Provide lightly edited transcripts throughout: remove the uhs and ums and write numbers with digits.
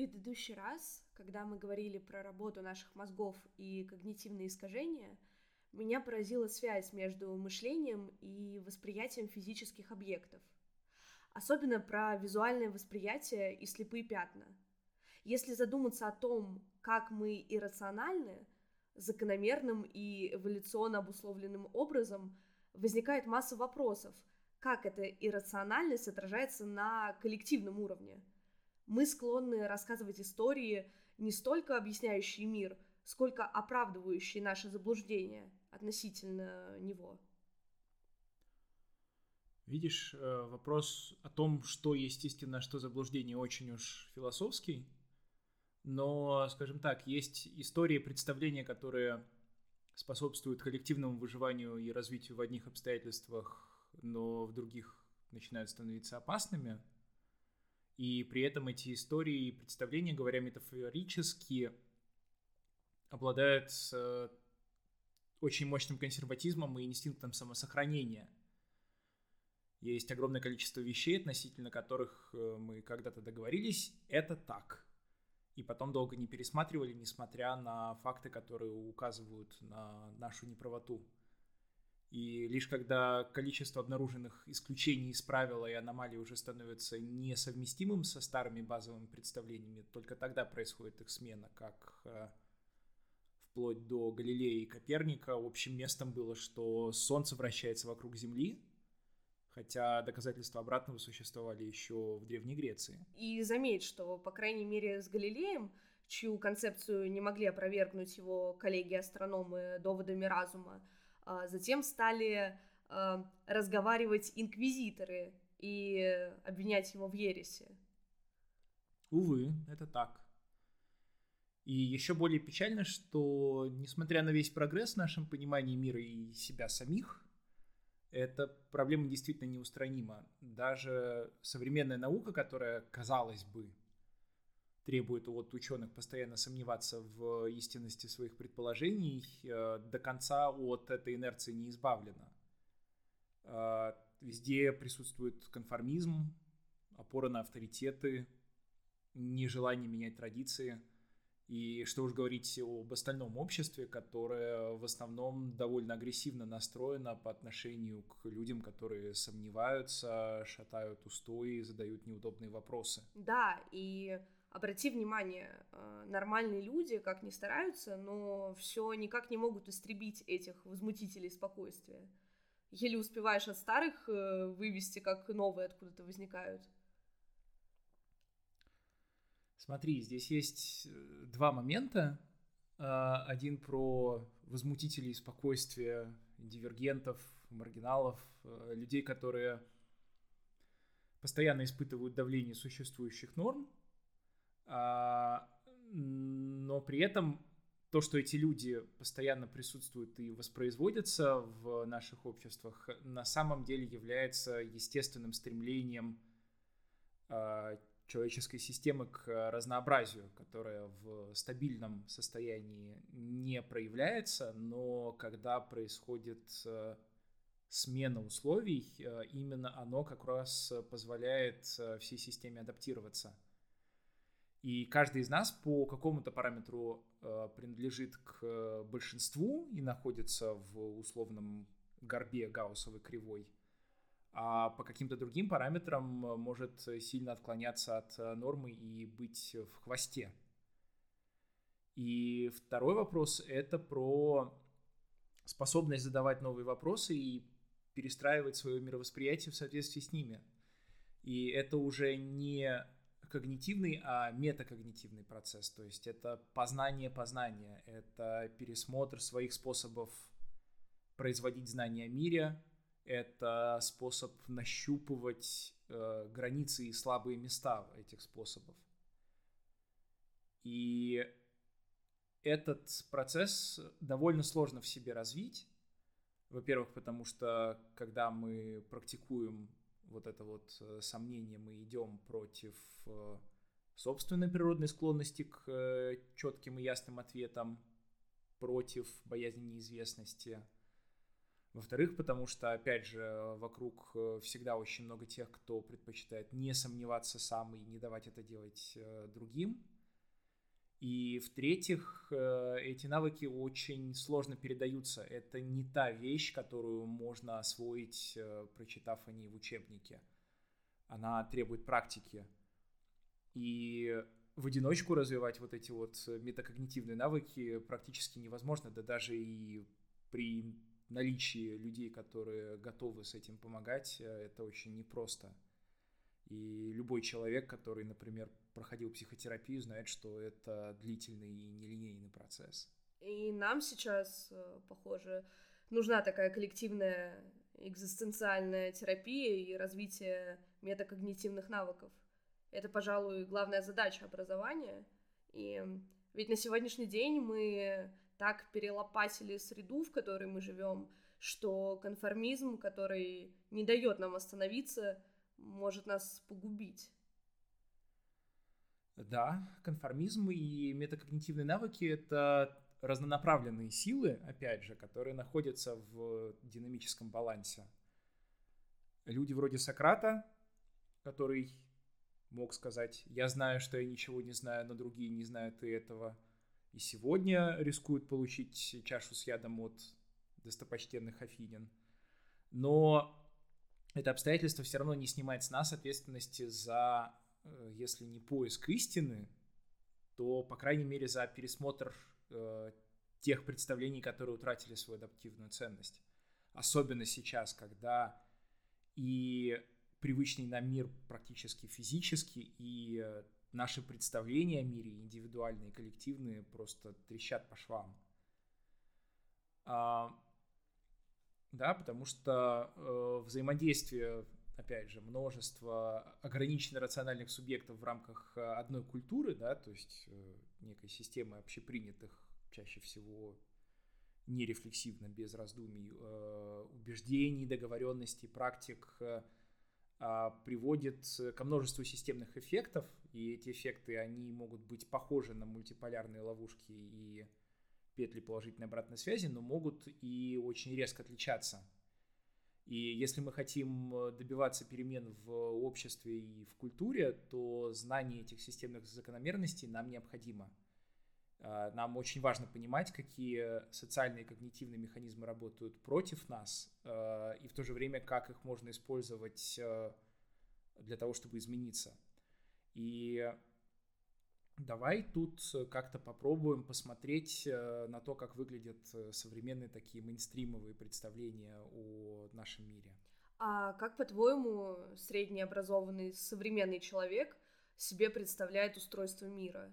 предыдущий раз, когда мы говорили про работу наших мозгов и когнитивные искажения, меня поразила связь между мышлением и восприятием физических объектов. Особенно про визуальное восприятие и слепые пятна. Если задуматься о том, как мы иррациональны, закономерным и эволюционно обусловленным образом, возникает масса вопросов, как эта иррациональность отражается на коллективном уровне. Мы склонны рассказывать истории, не столько объясняющие мир, сколько оправдывающие наши заблуждения относительно него. Видишь, вопрос о том, что есть истина, а что заблуждение, очень уж философский. Но, скажем так, есть истории, представления, которые способствуют коллективному выживанию и развитию в одних обстоятельствах, но в других начинают становиться опасными. И при этом эти истории и представления, говоря метафорически, обладают очень мощным консерватизмом и инстинктом самосохранения. Есть огромное количество вещей, относительно которых мы когда-то договорились, это так. И потом долго не пересматривали, несмотря на факты, которые указывают на нашу неправоту. И лишь когда количество обнаруженных исключений из правила и аномалий уже становится несовместимым со старыми базовыми представлениями, только тогда происходит их смена, как вплоть до Галилея и Коперника общим местом было, что Солнце вращается вокруг Земли, хотя доказательства обратного существовали еще в Древней Греции. И заметь, что, по крайней мере, с Галилеем, чью концепцию не могли опровергнуть его коллеги-астрономы доводами разума, затем стали разговаривать инквизиторы и обвинять его в ереси. Увы, это так. И еще более печально, что, несмотря на весь прогресс в нашем понимании мира и себя самих, эта проблема действительно неустранима. Даже современная наука, которая, казалось бы, требует от ученых постоянно сомневаться в истинности своих предположений, до конца от этой инерции не избавлена. Везде присутствует конформизм, опора на авторитеты, нежелание менять традиции. И что уж говорить об остальном обществе, которое в основном довольно агрессивно настроено по отношению к людям, которые сомневаются, шатают устои, задают неудобные вопросы. Да, и обрати внимание, нормальные люди как ни стараются, но все никак не могут истребить этих возмутителей спокойствия. Еле успеваешь от старых вывести, как новые откуда-то возникают. Смотри, здесь есть два момента. Один про возмутителей спокойствия, дивергентов, маргиналов, людей, которые постоянно испытывают давление существующих норм, но при этом то, что эти люди постоянно присутствуют и воспроизводятся в наших обществах, на самом деле является естественным стремлением человеческой системы к разнообразию, которое в стабильном состоянии не проявляется, но когда происходит смена условий, именно оно как раз позволяет всей системе адаптироваться. И каждый из нас по какому-то параметру принадлежит к большинству и находится в условном горбе гауссовой кривой, а по каким-то другим параметрам может сильно отклоняться от нормы и быть в хвосте. И второй вопрос – это про способность задавать новые вопросы и перестраивать свое мировосприятие в соответствии с ними. И это уже не когнитивный, а метакогнитивный процесс. То есть это познание познания, это пересмотр своих способов производить знания о мире, это способ нащупывать границы и слабые места этих способов. И этот процесс довольно сложно в себе развить. Во-первых, потому что когда мы практикуем вот это вот сомнение, мы идем против собственной природной склонности к четким и ясным ответам, против боязни неизвестности. Во-вторых, потому что, опять же, вокруг всегда очень много тех, кто предпочитает не сомневаться сам и не давать это делать другим. И в-третьих, эти навыки очень сложно передаются. Это не та вещь, которую можно освоить, прочитав о ней в учебнике. Она требует практики. И в одиночку развивать вот эти вот метакогнитивные навыки практически невозможно, да даже и при наличии людей, которые готовы с этим помогать, это очень непросто. И любой человек, который, например, проходил психотерапию, знает, что это длительный и нелинейный процесс. И нам сейчас, похоже, нужна такая коллективная экзистенциальная терапия и развитие метакогнитивных навыков. Это, пожалуй, главная задача образования. И ведь на сегодняшний день мы так перелопатили среду, в которой мы живем, что конформизм, который не дает нам остановиться, может нас погубить. Да, конформизм и метакогнитивные навыки — это разнонаправленные силы, опять же, которые находятся в динамическом балансе. Люди вроде Сократа, который мог сказать: «Я знаю, что я ничего не знаю, но другие не знают и этого», и сегодня рискуют получить чашу с ядом от достопочтенных афинян. Но это обстоятельство все равно не снимает с нас ответственности за, если не поиск истины, то, по крайней мере, за пересмотр тех представлений, которые утратили свою адаптивную ценность. Особенно сейчас, когда и привычный нам мир практически физически, и наши представления о мире, индивидуальные и коллективные, просто трещат по швам. Да, потому что взаимодействие, опять же, множество ограниченно рациональных субъектов в рамках одной культуры, да, то есть некой системы общепринятых, чаще всего нерефлексивно, без раздумий, убеждений, договоренностей, практик, приводит ко множеству системных эффектов, и эти эффекты, они могут быть похожи на мультиполярные ловушки и петли положительной обратной связи, но могут и очень резко отличаться. И если мы хотим добиваться перемен в обществе и в культуре, то знание этих системных закономерностей нам необходимо. Нам очень важно понимать, какие социальные и когнитивные механизмы работают против нас, и в то же время, как их можно использовать для того, чтобы измениться. И давай тут как-то попробуем посмотреть на то, как выглядят современные такие мейнстримовые представления о нашем мире. А как, по-твоему, среднеобразованный современный человек себе представляет устройство мира?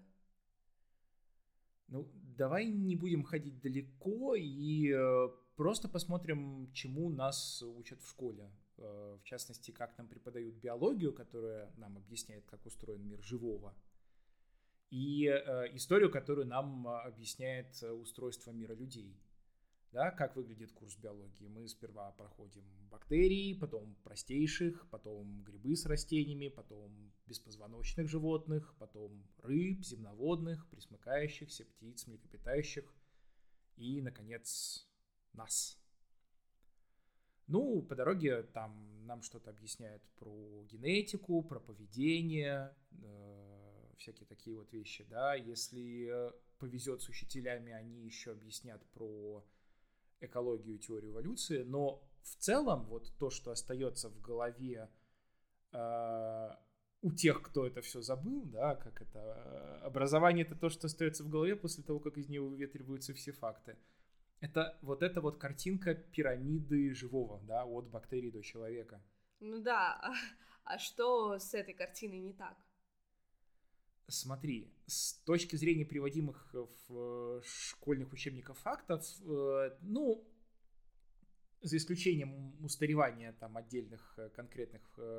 Ну, давай не будем ходить далеко и просто посмотрим, чему нас учат в школе. В частности, как нам преподают биологию, которая нам объясняет, как устроен мир живого, и историю, которую нам объясняет устройство мира людей. Да, как выглядит курс биологии? Мы сперва проходим бактерии, потом простейших, потом грибы с растениями, потом беспозвоночных животных, потом рыб, земноводных, пресмыкающихся, птиц, млекопитающих и, наконец, нас. Ну, по дороге там нам что-то объясняют про генетику, про поведение, всякие такие вот вещи, да. Если повезет с учителями, они еще объяснят про экологию и теорию эволюции, но в целом вот то, что остается в голове у тех, кто это все забыл, да, как это образование — это то, что остается в голове после того, как из нее выветриваются все факты. Это вот эта вот картинка пирамиды живого, да, от бактерий до человека. Ну да, а что с этой картиной не так? Смотри, с точки зрения приводимых в школьных учебниках фактов, ну, за исключением устаревания там отдельных конкретных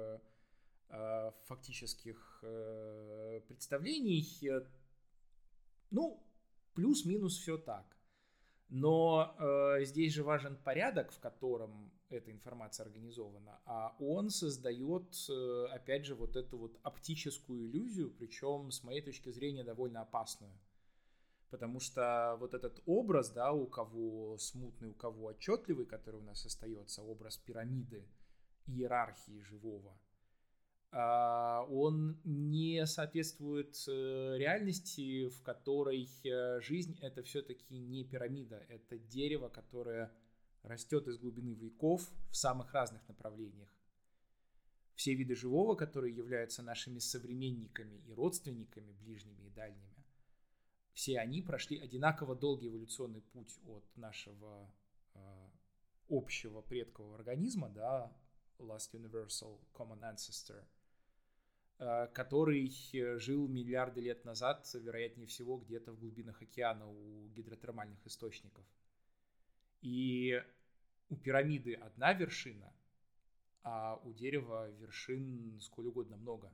фактических представлений, ну, плюс-минус все так. Но здесь же важен порядок, в котором эта информация организована, а он создает, опять же, вот эту вот оптическую иллюзию, причем, с моей точки зрения, довольно опасную. Потому что вот этот образ, да, у кого смутный, у кого отчетливый, который у нас остается, образ пирамиды, иерархии живого, Он не соответствует реальности, в которой жизнь — это все-таки не пирамида, это дерево, которое растет из глубины веков в самых разных направлениях. Все виды живого, которые являются нашими современниками и родственниками, ближними и дальними, все они прошли одинаково долгий эволюционный путь от нашего общего предкового организма, да, Last Universal Common Ancestor, который жил миллиарды лет назад, вероятнее всего, где-то в глубинах океана у гидротермальных источников. И у пирамиды одна вершина, а у дерева вершин сколь угодно много.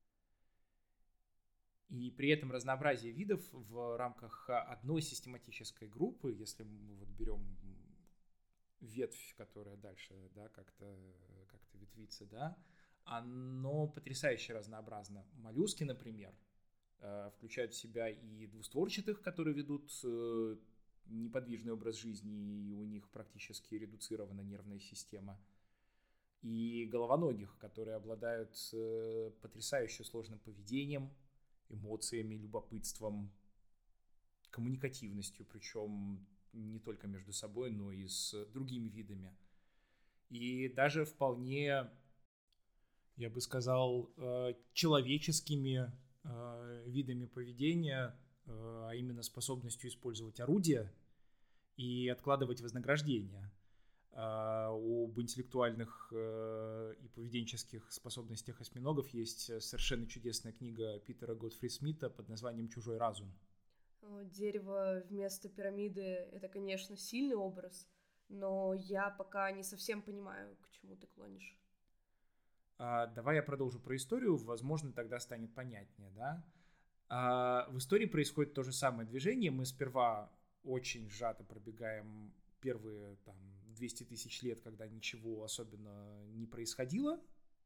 И при этом разнообразие видов в рамках одной систематической группы, если мы вот берем ветвь, которая дальше, да, как-то ветвится, да, оно потрясающе разнообразно. Моллюски, например, включают в себя и двустворчатых, которые ведут неподвижный образ жизни, и у них практически редуцирована нервная система, и головоногих, которые обладают потрясающе сложным поведением, эмоциями, любопытством, коммуникативностью, причем не только между собой, но и с другими видами. И даже вполне, я бы сказал, человеческими видами поведения, а именно способностью использовать орудия и откладывать вознаграждение. Об интеллектуальных и поведенческих способностях осьминогов есть совершенно чудесная книга Питера Готфри Смита под названием «Чужой разум». Дерево вместо пирамиды — это, конечно, сильный образ, но я пока не совсем понимаю, к чему ты клонишь. Давай я продолжу про историю, возможно, тогда станет понятнее, да? В истории происходит то же самое движение. Мы сперва очень сжато пробегаем первые 200 тысяч лет, когда ничего особенно не происходило.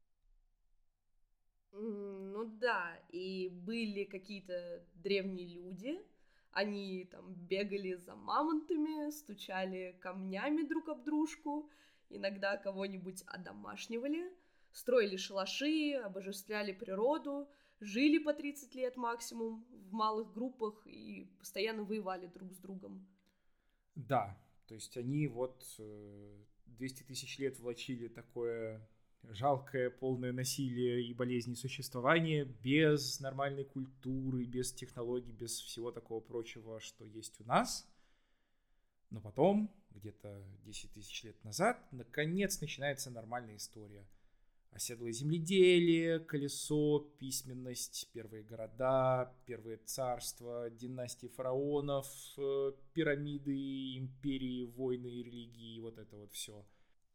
Ну да, и были какие-то древние люди, они там бегали за мамонтами, стучали камнями друг об дружку, иногда кого-нибудь одомашнивали, строили шалаши, обожествляли природу, жили по 30 лет максимум в малых группах и постоянно воевали друг с другом. Да, то есть они 200 тысяч лет влачили такое жалкое, полное насилие и болезни существование без нормальной культуры, без технологий, без всего такого прочего, что есть у нас. Но потом, где-то 10 тысяч лет назад, наконец начинается нормальная история. Оседлое земледелие, колесо, письменность, первые города, первые царства, династии фараонов, пирамиды, империи, войны, религии, вот это вот все.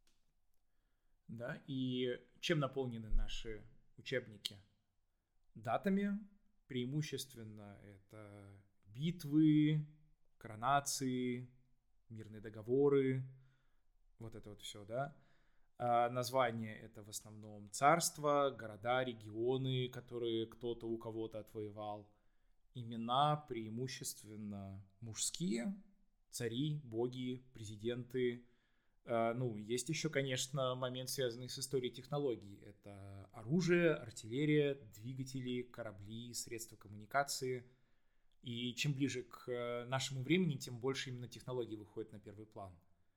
Да, и чем наполнены наши учебники? Датами, преимущественно это битвы, коронации, мирные договоры, вот это вот все, да. Названия — это в основном царства, города, регионы, которые кто-то у кого-то отвоевал. Имена преимущественно мужские, цари, боги, президенты. Есть еще, конечно, момент, связанный с историей технологий. Это оружие, артиллерия, двигатели, корабли, средства коммуникации. И чем ближе к нашему времени, тем больше именно технологий выходит на первый план.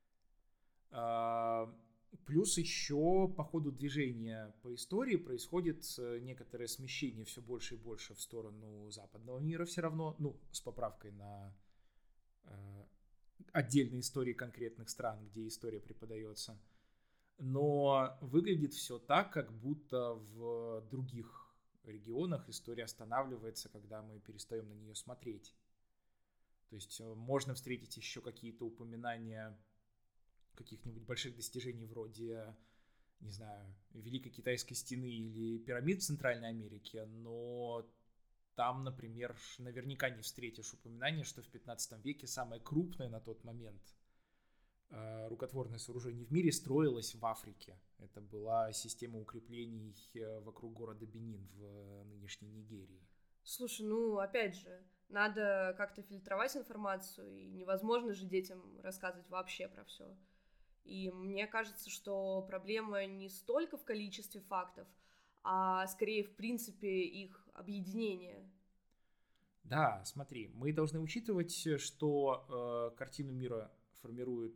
Плюс еще по ходу движения по истории происходит некоторое смещение все больше и больше в сторону западного мира все равно, с поправкой на отдельные истории конкретных стран, где история преподается. Но выглядит все так, как будто в других регионах история останавливается, когда мы перестаем на нее смотреть. То есть можно встретить еще какие-то упоминания каких-нибудь больших достижений вроде, не знаю, Великой Китайской стены или пирамид в Центральной Америке, но там, например, наверняка не встретишь упоминания, что в 15 веке самое крупное на тот момент рукотворное сооружение в мире строилось в Африке. Это была система укреплений вокруг города Бенин в нынешней Нигерии. Слушай, опять же, надо как-то фильтровать информацию, и невозможно же детям рассказывать вообще про все. И мне кажется, что проблема не столько в количестве фактов, а скорее, в принципе, их объединение. Да, смотри, мы должны учитывать, что картину мира формирует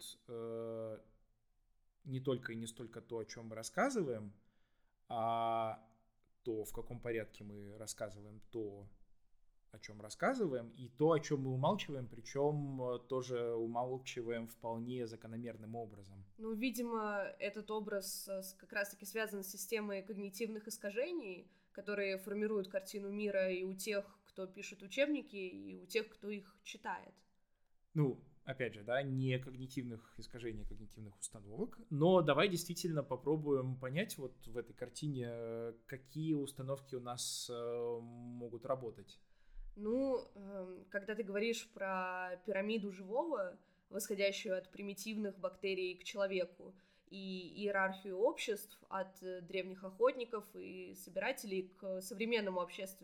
не только и не столько то, о чем мы рассказываем, а то, в каком порядке мы рассказываем то, о чем рассказываем, и то, о чем мы умалчиваем, причем тоже умалчиваем вполне закономерным образом. Ну, видимо, этот образ как раз-таки связан с системой когнитивных искажений, которые формируют картину мира и у тех, кто пишет учебники, и у тех, кто их читает. Ну, опять же, да, не когнитивных искажений, а когнитивных установок, но давай действительно попробуем понять вот в этой картине, какие установки у нас могут работать. Ну, когда ты говоришь про пирамиду живого, восходящую от примитивных бактерий к человеку, и иерархию обществ от древних охотников и собирателей к современному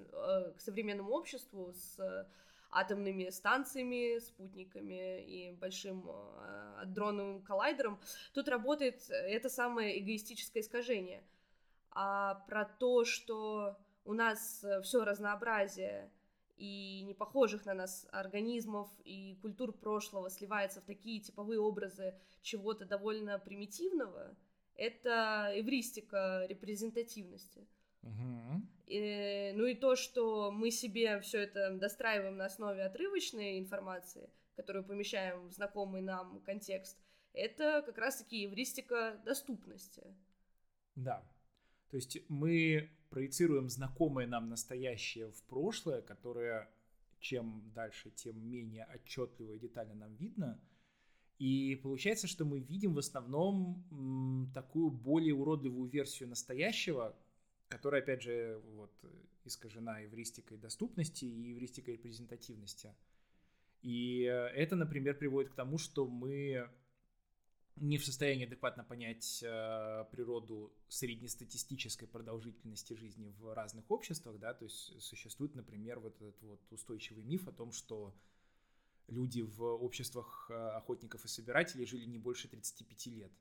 обществу с атомными станциями, спутниками и большим адронным коллайдером, тут работает это самое эгоистическое искажение. А про то, что у нас все разнообразие и не похожих на нас организмов и культур прошлого сливается в такие типовые образы чего-то довольно примитивного, это эвристика репрезентативности. Угу. Ну и то, что мы себе все это достраиваем на основе отрывочной информации, которую помещаем в знакомый нам контекст, это как раз-таки эвристика доступности. Да. То есть мы проецируем знакомое нам настоящее в прошлое, которое чем дальше, тем менее отчетливо и детально нам видно. И получается, что мы видим в основном такую более уродливую версию настоящего, которая, опять же, вот, искажена эвристикой доступности и эвристикой репрезентативности. И это, например, приводит к тому, что мы не в состоянии адекватно понять природу среднестатистической продолжительности жизни в разных обществах, да, то есть существует, например, вот этот вот устойчивый миф о том, что люди в обществах охотников и собирателей жили не больше 35 лет.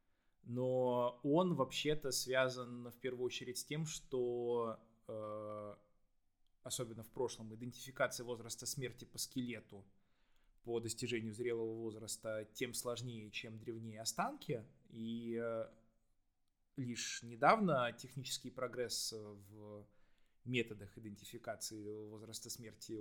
Но он вообще-то связан в первую очередь с тем, что, особенно в прошлом, идентификация возраста смерти по скелету по достижению зрелого возраста тем сложнее, чем древнее останки. И лишь недавно технический прогресс в методах идентификации возраста смерти,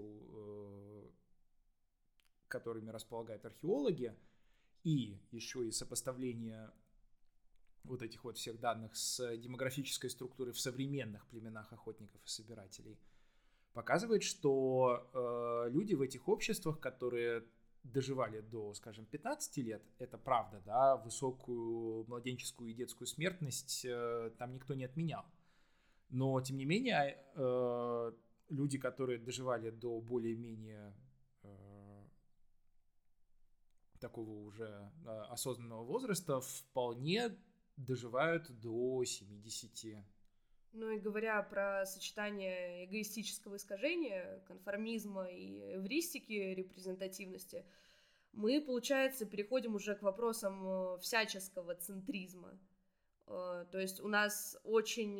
которыми располагают археологи, и еще и сопоставление вот этих вот всех данных с демографической структурой в современных племенах охотников и собирателей, показывает, что люди в этих обществах, которые доживали до, скажем, 15 лет, это правда, да, высокую младенческую и детскую смертность там никто не отменял. Но, тем не менее, люди, которые доживали до более-менее такого уже осознанного возраста, вполне доживают до 70. Ну и говоря про сочетание эгоистического искажения, конформизма и эвристики репрезентативности, мы, получается, переходим уже к вопросам всяческого центризма. То есть у нас очень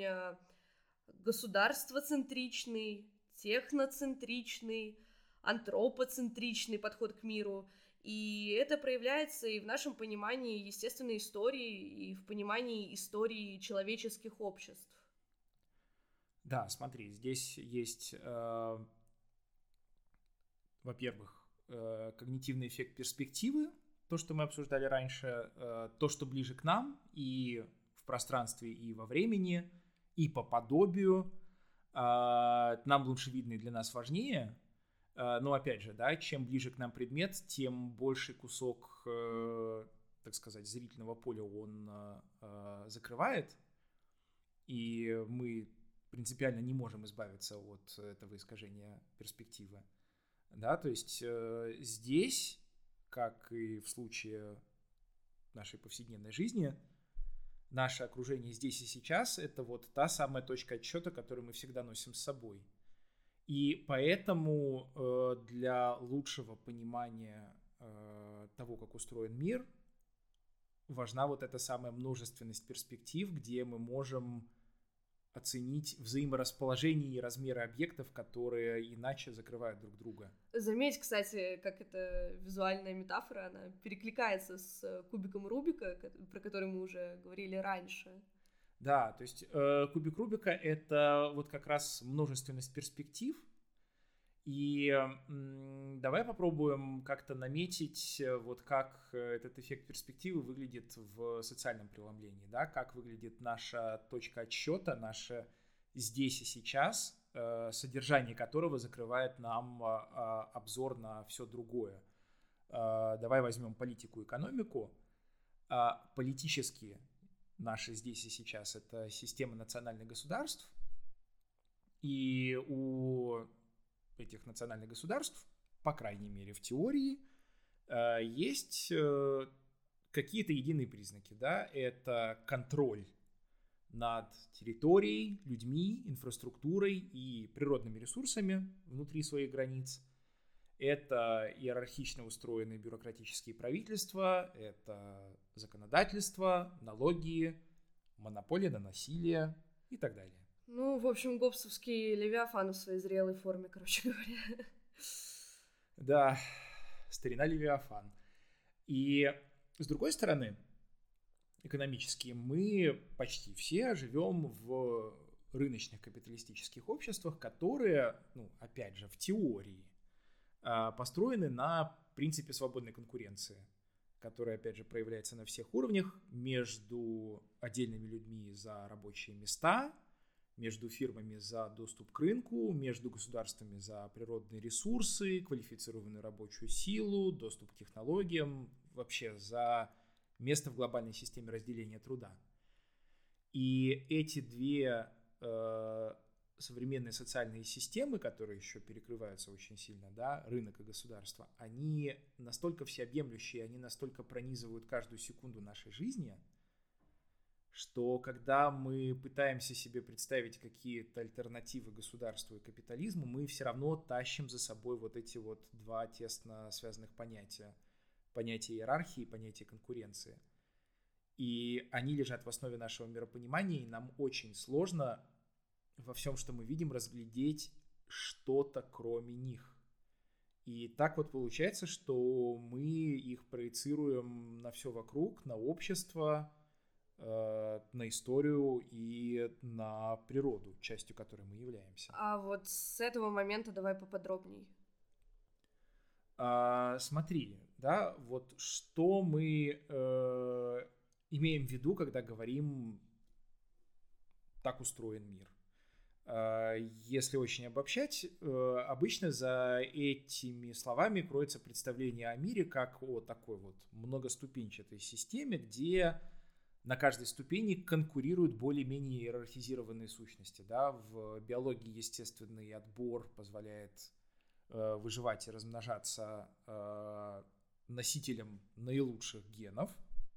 государствоцентричный, техноцентричный, антропоцентричный подход к миру. И это проявляется и в нашем понимании естественной истории, и в понимании истории человеческих обществ. Да, смотри, здесь есть, во-первых, когнитивный эффект перспективы, то, что мы обсуждали раньше, то, что ближе к нам и в пространстве, и во времени, и по подобию, нам лучше видно и для нас важнее. Но опять же, да, чем ближе к нам предмет, тем больший кусок, так сказать, зрительного поля он закрывает, и мы принципиально не можем избавиться от этого искажения перспективы. Да, то есть здесь, как и в случае нашей повседневной жизни, наше окружение здесь и сейчас – это вот та самая точка отсчета, которую мы всегда носим с собой. И поэтому для лучшего понимания того, как устроен мир, важна вот эта самая множественность перспектив, где мы можем оценить взаиморасположение и размеры объектов, которые иначе закрывают друг друга. Заметь, кстати, как эта визуальная метафора, она перекликается с кубиком Рубика, про который мы уже говорили раньше. Да, то есть кубик Рубика — это вот как раз множественность перспектив. И давай попробуем как-то наметить, вот как этот эффект перспективы выглядит в социальном преломлении, да, как выглядит наша точка отсчета, наше здесь и сейчас, содержание которого закрывает нам обзор на все другое. Давай возьмем политику, экономику. Политические наши здесь и сейчас — это система национальных государств, и у этих национальных государств, по крайней мере в теории, есть какие-то единые признаки, да, это контроль над территорией, людьми, инфраструктурой и природными ресурсами внутри своих границ. Это иерархично устроенные бюрократические правительства, это законодательство, налоги, монополия на насилие и так далее. Ну, в общем, гоббсовский Левиафан в своей зрелой форме, короче говоря. Да, старина Левиафан. И с другой стороны, экономически мы почти все живем в рыночных капиталистических обществах, которые, ну, опять же, в теории построены на принципе свободной конкуренции, которая, опять же, проявляется на всех уровнях между отдельными людьми за рабочие места, между фирмами за доступ к рынку, между государствами за природные ресурсы, квалифицированную рабочую силу, доступ к технологиям, вообще за место в глобальной системе разделения труда. И эти две современные социальные системы, которые еще перекрываются очень сильно, да, рынок и государство, они настолько всеобъемлющие, они настолько пронизывают каждую секунду нашей жизни, что когда мы пытаемся себе представить какие-то альтернативы государству и капитализму, мы все равно тащим за собой вот эти вот два тесно связанных понятия. Понятие иерархии и понятие конкуренции. И они лежат в основе нашего миропонимания, и нам очень сложно во всем, что мы видим, разглядеть что-то кроме них. И так вот получается, что мы их проецируем на все вокруг, на общество, на историю и на природу, частью которой мы являемся. А вот с этого момента давай поподробней. Смотри, да, вот что мы имеем в виду, когда говорим «так устроен мир». Если очень обобщать, обычно за этими словами кроется представление о мире как о такой вот многоступенчатой системе, где на каждой ступени конкурируют более-менее иерархизированные сущности. Да? В биологии естественный отбор позволяет выживать и размножаться носителям наилучших генов.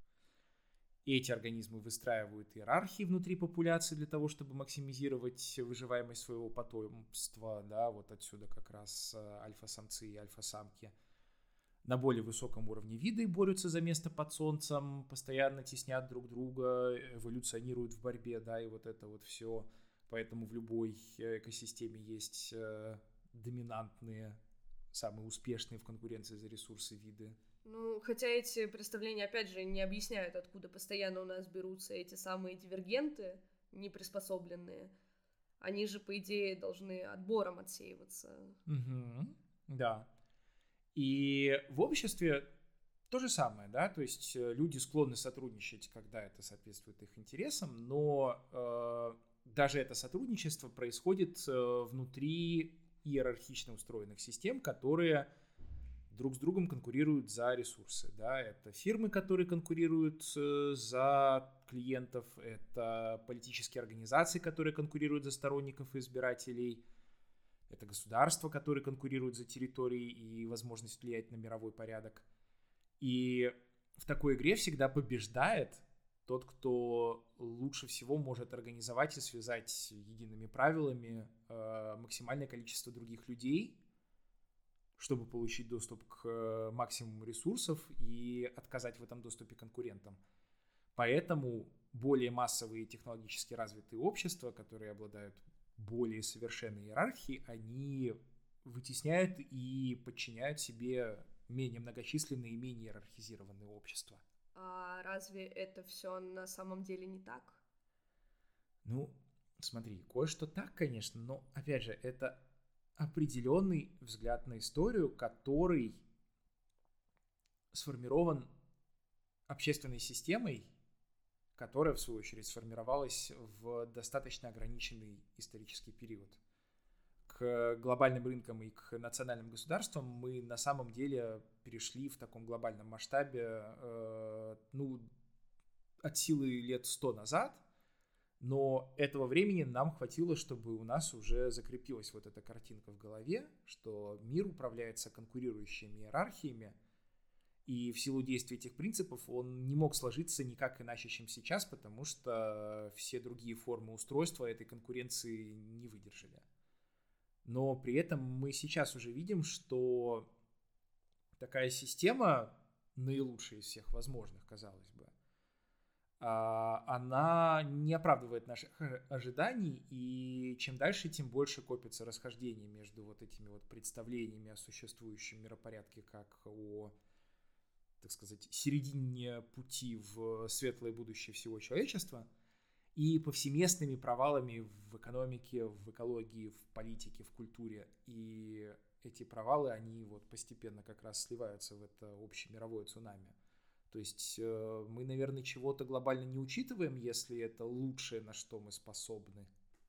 Эти организмы выстраивают иерархии внутри популяции для того, чтобы максимизировать выживаемость своего потомства. Да? Вот отсюда как раз альфа-самцы и альфа-самки на более высоком уровне виды борются за место под солнцем, постоянно теснят друг друга, эволюционируют в борьбе, да, и вот это вот все. Поэтому в любой экосистеме есть доминантные, самые успешные в конкуренции за ресурсы виды. Ну, хотя эти представления, опять же, не объясняют, откуда постоянно у нас берутся эти самые дивергенты, неприспособленные. Они же, по идее, должны отбором отсеиваться. Угу. Да. И в обществе то же самое, да, то есть люди склонны сотрудничать, когда это соответствует их интересам, но даже это сотрудничество происходит внутри иерархично устроенных систем, которые друг с другом конкурируют за ресурсы, да, это фирмы, которые конкурируют за клиентов, это политические организации, которые конкурируют за сторонников и избирателей, это государства, которые конкурируют за территории и возможность влиять на мировой порядок. И в такой игре всегда побеждает тот, кто лучше всего может организовать и связать едиными правилами максимальное количество других людей, чтобы получить доступ к максимуму ресурсов и отказать в этом доступе конкурентам. Поэтому более массовые технологически развитые общества, которые обладают более совершенной иерархией, они вытесняют и подчиняют себе менее многочисленные и менее иерархизированные общества. А разве это все на самом деле не так? Ну, смотри, кое-что так, конечно, но, опять же, это определенный взгляд на историю, который сформирован общественной системой, которая, в свою очередь, сформировалась в достаточно ограниченный исторический период. К глобальным рынкам и к национальным государствам мы на самом деле перешли в таком глобальном масштабе, от силы лет 100 назад, но этого времени нам хватило, чтобы у нас уже закрепилась вот эта картинка в голове, что мир управляется конкурирующими иерархиями, и в силу действия этих принципов он не мог сложиться никак иначе, чем сейчас, потому что все другие формы устройства этой конкуренции не выдержали. Но при этом мы сейчас уже видим, что такая система, наилучшая из всех возможных, казалось бы, она не оправдывает наших ожиданий, и чем дальше, тем больше копится расхождений между вот этими вот представлениями о существующем миропорядке как о, так сказать, середине пути в светлое будущее всего человечества и повсеместными провалами в экономике, в экологии, в политике, в культуре. И эти провалы, они вот постепенно как раз сливаются в это общемировое цунами. То есть мы, наверное, чего-то глобально не учитываем, если это лучшее, на что мы способны.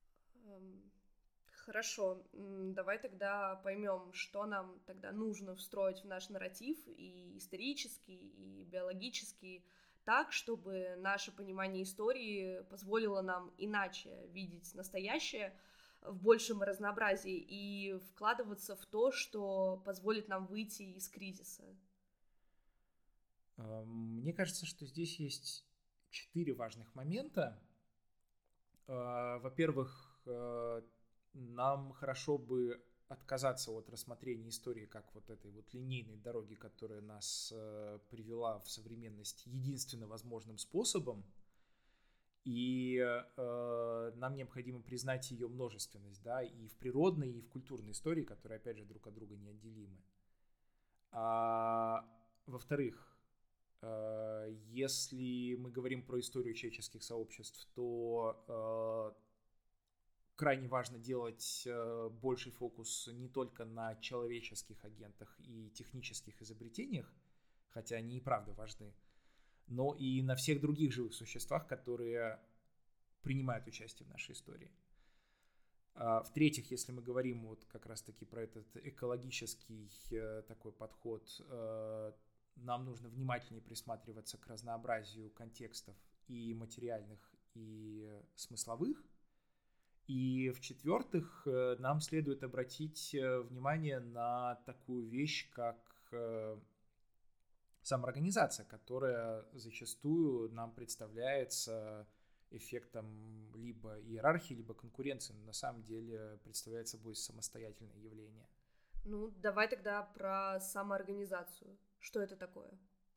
Хорошо, давай тогда поймем, что нам тогда нужно встроить в наш нарратив и исторический, и биологический, так, чтобы наше понимание истории позволило нам иначе видеть настоящее в большем разнообразии и вкладываться в то, что позволит нам выйти из кризиса. Мне кажется, что здесь есть 4 важных момента. Во-первых, нам хорошо бы отказаться от рассмотрения истории как вот этой вот линейной дороги, которая нас привела в современность единственно возможным способом, и нам необходимо признать ее множественность, да, и в природной, и в культурной истории, которые, опять же, друг от друга неотделимы. Во-вторых, если мы говорим про историю человеческих сообществ, то крайне важно делать больший фокус не только на человеческих агентах и технических изобретениях, хотя они и правда важны, но и на всех других живых существах, которые принимают участие в нашей истории. В-третьих, если мы говорим вот как раз-таки про этот экологический такой подход, нам нужно внимательнее присматриваться к разнообразию контекстов и материальных, и смысловых. И в-четвертых, нам следует обратить внимание на такую вещь, как самоорганизация, которая зачастую нам представляется эффектом либо иерархии, либо конкуренции, но на самом деле представляет собой самостоятельное явление. Ну, давай тогда про самоорганизацию. Что это такое?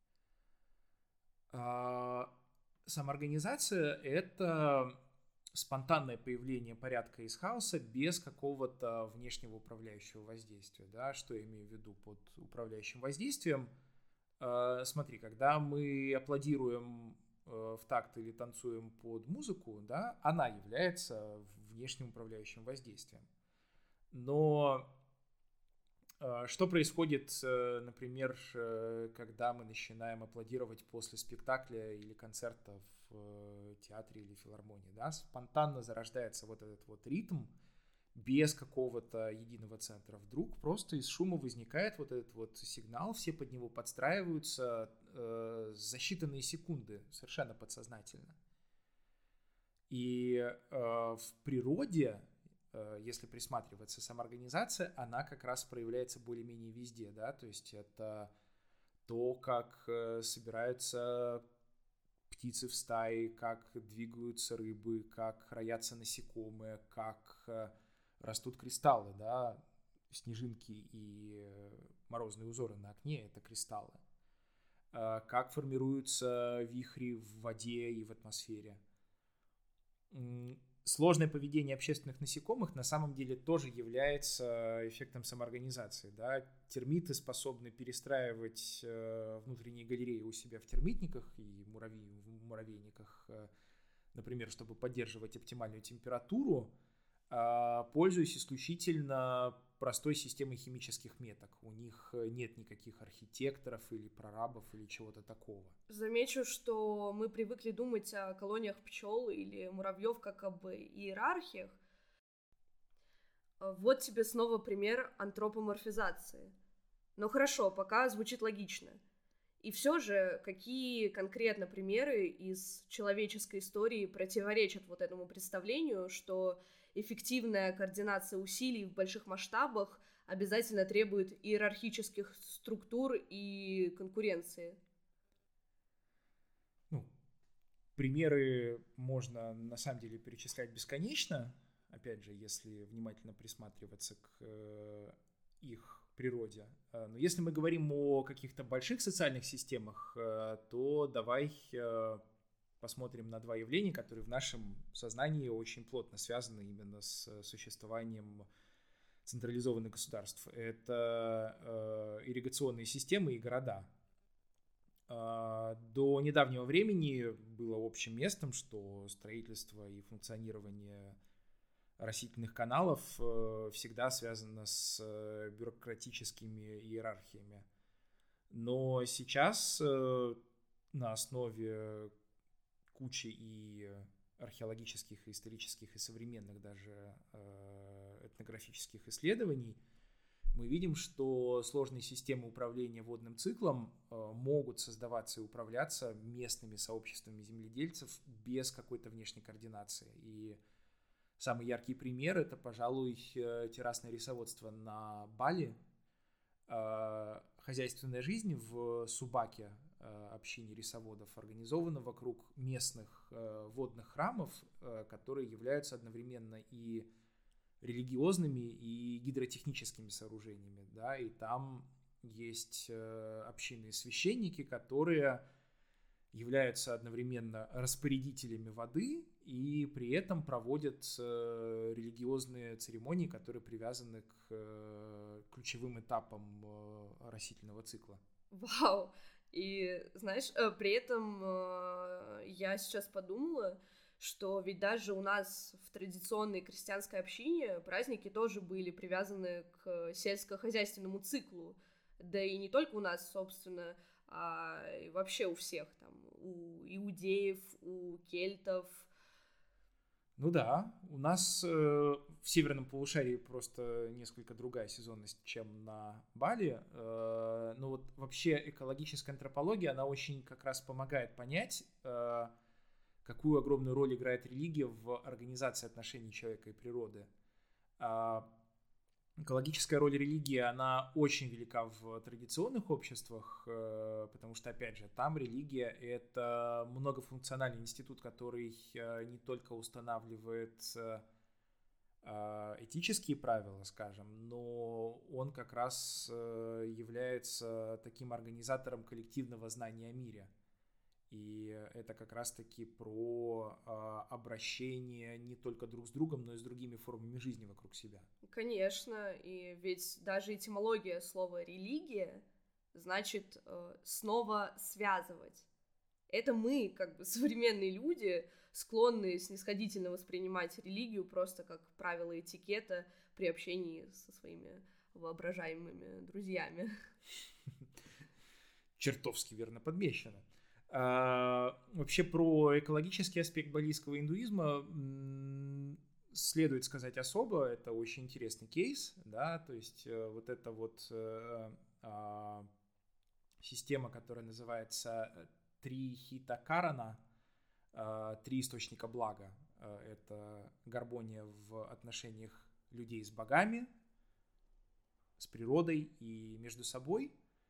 Самоорганизация — это спонтанное появление порядка из хаоса без какого-то внешнего управляющего воздействия. Да? Что я имею в виду под управляющим воздействием? Смотри, когда мы аплодируем в такт или танцуем под музыку, да, она является внешним управляющим воздействием. Но что происходит, например, когда мы начинаем аплодировать после спектакля или концерта в театре или филармонии? Да? Спонтанно зарождается вот этот вот ритм без какого-то единого центра. Вдруг просто из шума возникает вот этот вот сигнал, все под него подстраиваются за считанные секунды, совершенно подсознательно. И в природе, если присматриваться, самоорганизация, она как раз проявляется более-менее везде, да, то есть это то, как собираются птицы в стае, как двигаются рыбы, как роятся насекомые, как растут кристаллы, да, снежинки и морозные узоры на окне — это кристаллы. как формируются вихри в воде и в атмосфере. Сложное поведение общественных насекомых на самом деле тоже является эффектом самоорганизации. Да? Термиты способны перестраивать внутренние галереи у себя в термитниках и в муравейниках, например, чтобы поддерживать оптимальную температуру, пользуясь исключительно простой системой химических меток. У них нет никаких архитекторов или прорабов или чего-то такого. Замечу, что мы привыкли думать о колониях пчел или муравьев как об иерархиях. Вот тебе снова пример антропоморфизации. Но хорошо, пока звучит логично. И все же, какие конкретно примеры из человеческой истории противоречат вот этому представлению, что эффективная координация усилий в больших масштабах обязательно требует иерархических структур и конкуренции? Примеры можно на самом деле перечислять бесконечно, опять же, если внимательно присматриваться к их природе. Но если мы говорим о каких-то больших социальных системах, то давай посмотрим на два явления, которые в нашем сознании очень плотно связаны именно с существованием централизованных государств. Это ирригационные системы и города. До недавнего времени было общим местом, что строительство и функционирование растительных каналов всегда связано с бюрократическими иерархиями. Но сейчас на основе кучи и археологических, и исторических, и современных даже этнографических исследований мы видим, что сложные системы управления водным циклом могут создаваться и управляться местными сообществами земледельцев без какой-то внешней координации. И самый яркий пример – это, пожалуй, террасное рисоводство на Бали. Хозяйственная жизнь в Субаке, общине рисоводов, организована вокруг местных водных храмов, которые являются одновременно и религиозными, и гидротехническими сооружениями. Да? И там есть общинные священники, которые являются одновременно распорядителями воды и при этом проводят религиозные церемонии, которые привязаны к ключевым этапам растительного цикла. Вау! И, знаешь, при этом я сейчас подумала, что ведь даже у нас в традиционной крестьянской общине праздники тоже были привязаны к сельскохозяйственному циклу. Да и не только у нас, собственно, а и вообще у всех, там, у иудеев, у кельтов. Ну да, у нас в северном полушарии просто несколько другая сезонность, чем на Бали. Но вот вообще экологическая антропология, она очень как раз помогает понять, какую огромную роль играет религия в организации отношений человека и природы. Экологическая роль религии, она очень велика в традиционных обществах, потому что, опять же, там религия – это многофункциональный институт, который не только устанавливает этические правила, скажем, но он как раз является таким организатором коллективного знания о мире. И это как раз-таки про обращение не только друг с другом, но и с другими формами жизни вокруг себя. Конечно, и ведь даже этимология слова «религия» значит «снова связывать». Это мы, как бы современные люди, склонны снисходительно воспринимать религию просто как правило этикета при общении со своими воображаемыми друзьями. Чертовски верно подмечено. Вообще про экологический аспект балийского индуизма следует сказать особо. Это очень интересный кейс, да, то есть вот эта вот система, которая называется Трихитакарана, три источника блага. Это гармония в отношениях людей с богами, с природой и между собой.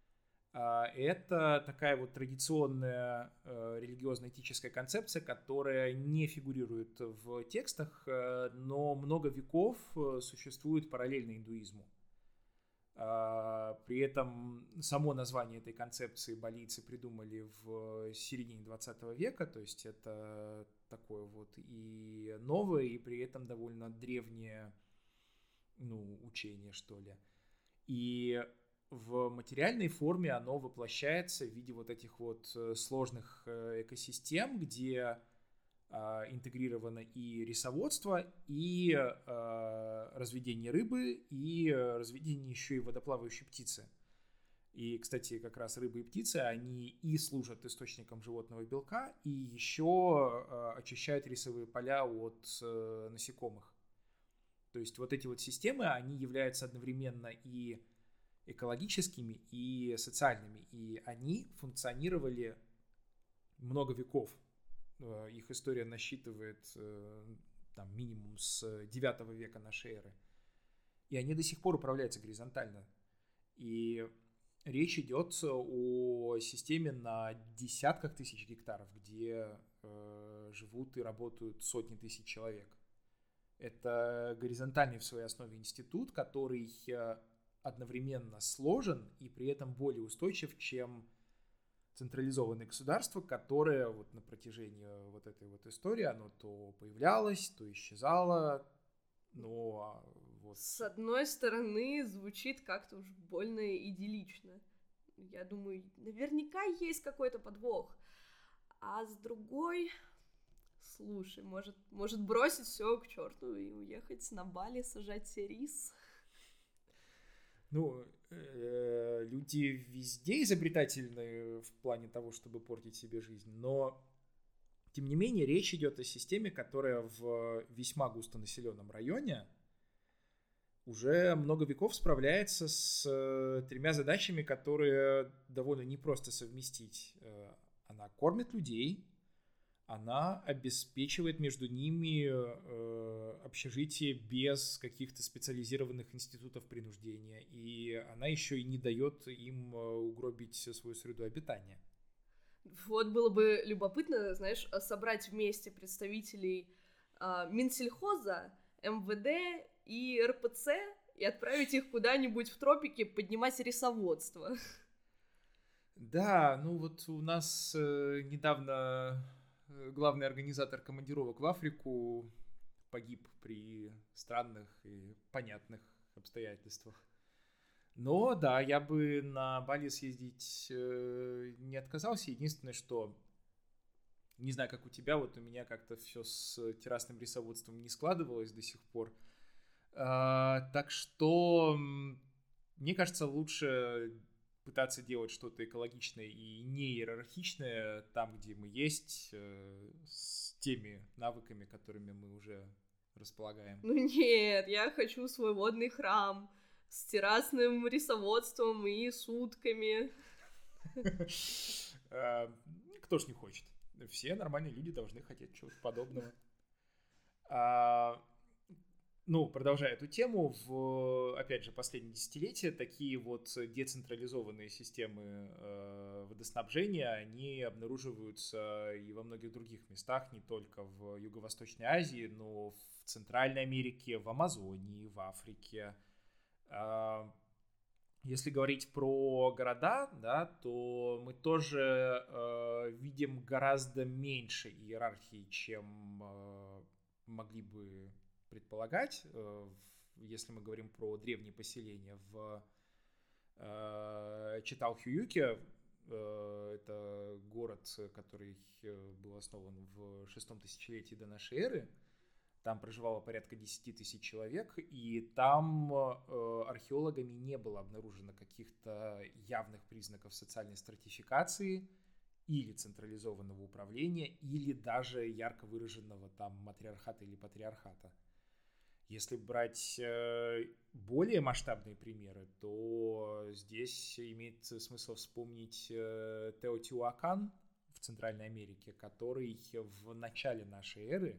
Это такая вот традиционная религиозно-этическая концепция, которая не фигурирует в текстах, но много веков существует параллельно индуизму. При этом само название этой концепции балийцы придумали в середине 20 века, то есть это такое вот и новое, и при этом довольно древнее, учение, что ли. И в материальной форме оно воплощается в виде вот этих вот сложных экосистем, где интегрировано и рисоводство, и разведение рыбы, и разведение еще и водоплавающей птицы. И, кстати, как раз рыбы и птицы, они и служат источником животного белка, и еще очищают рисовые поля от насекомых. То есть вот эти вот системы, они являются одновременно и экологическими, и социальными, и они функционировали много веков. Их история насчитывает там, минимум с 9 века нашей эры. И они до сих пор управляются горизонтально. И речь идет о системе на десятках тысяч гектаров, где живут и работают сотни тысяч человек. Это горизонтальный в своей основе институт, который одновременно сложен и при этом более устойчив, чем централизованное государство, которое вот на протяжении вот этой вот истории, оно то появлялось, то исчезало, но вот... С одной стороны, звучит как-то уж больно идиллично. Я думаю, наверняка есть какой-то подвох. А с другой... Слушай, может бросить все к черту и уехать на Бали, сажать себе рис? Люди везде изобретательны в плане того, чтобы портить себе жизнь, но, тем не менее, речь идет о системе, которая в весьма густонаселенном районе уже много веков справляется с тремя задачами, которые довольно непросто совместить. Она кормит людей, она обеспечивает между ними общежитие без каких-то специализированных институтов принуждения, и она еще и не дает им угробить свою среду обитания. Вот было бы любопытно, знаешь, собрать вместе представителей Минсельхоза, МВД и РПЦ и отправить их куда-нибудь в тропики поднимать рисоводство. Да, вот у нас недавно... Главный организатор командировок в Африку погиб при странных и понятных обстоятельствах. Но да, я бы на Бали съездить не отказался. Единственное, что не знаю, как у тебя, вот у меня как-то все с террасным рисоводством не складывалось до сих пор. Так что, мне кажется, лучше пытаться делать что-то экологичное и не иерархичное там, где мы есть, с теми навыками, которыми мы уже располагаем. Нет, я хочу свой водный храм с террасным рисоводством и с утками. Кто ж не хочет? Все нормальные люди должны хотеть чего-то подобного. Продолжая эту тему, опять же, последние десятилетия такие вот децентрализованные системы водоснабжения, они обнаруживаются и во многих других местах, не только в Юго-Восточной Азии, но в Центральной Америке, в Амазонии, в Африке. Если говорить про города, да, то мы тоже видим гораздо меньше иерархии, чем могли бы предполагать, если мы говорим про древние поселения в Читал-Хьююке. Это город, который был основан в 6 тысячелетии до нашей эры. Там проживало порядка 10 тысяч человек, и там археологами не было обнаружено каких-то явных признаков социальной стратификации или централизованного управления, или даже ярко выраженного там матриархата или патриархата. Если брать более масштабные примеры, то здесь имеет смысл вспомнить Теотиуакан в Центральной Америке, который в начале нашей эры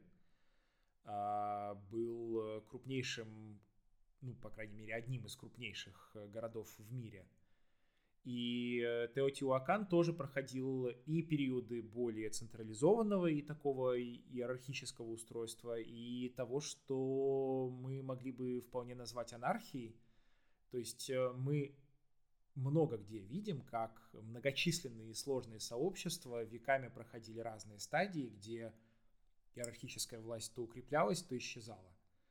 был крупнейшим, по крайней мере, одним из крупнейших городов в мире. И Теотиуакан тоже проходил и периоды более централизованного и такого иерархического устройства, и того, что мы могли бы вполне назвать анархией. То есть мы много где видим, как многочисленные и сложные сообщества веками проходили разные стадии, где иерархическая власть то укреплялась, то исчезала.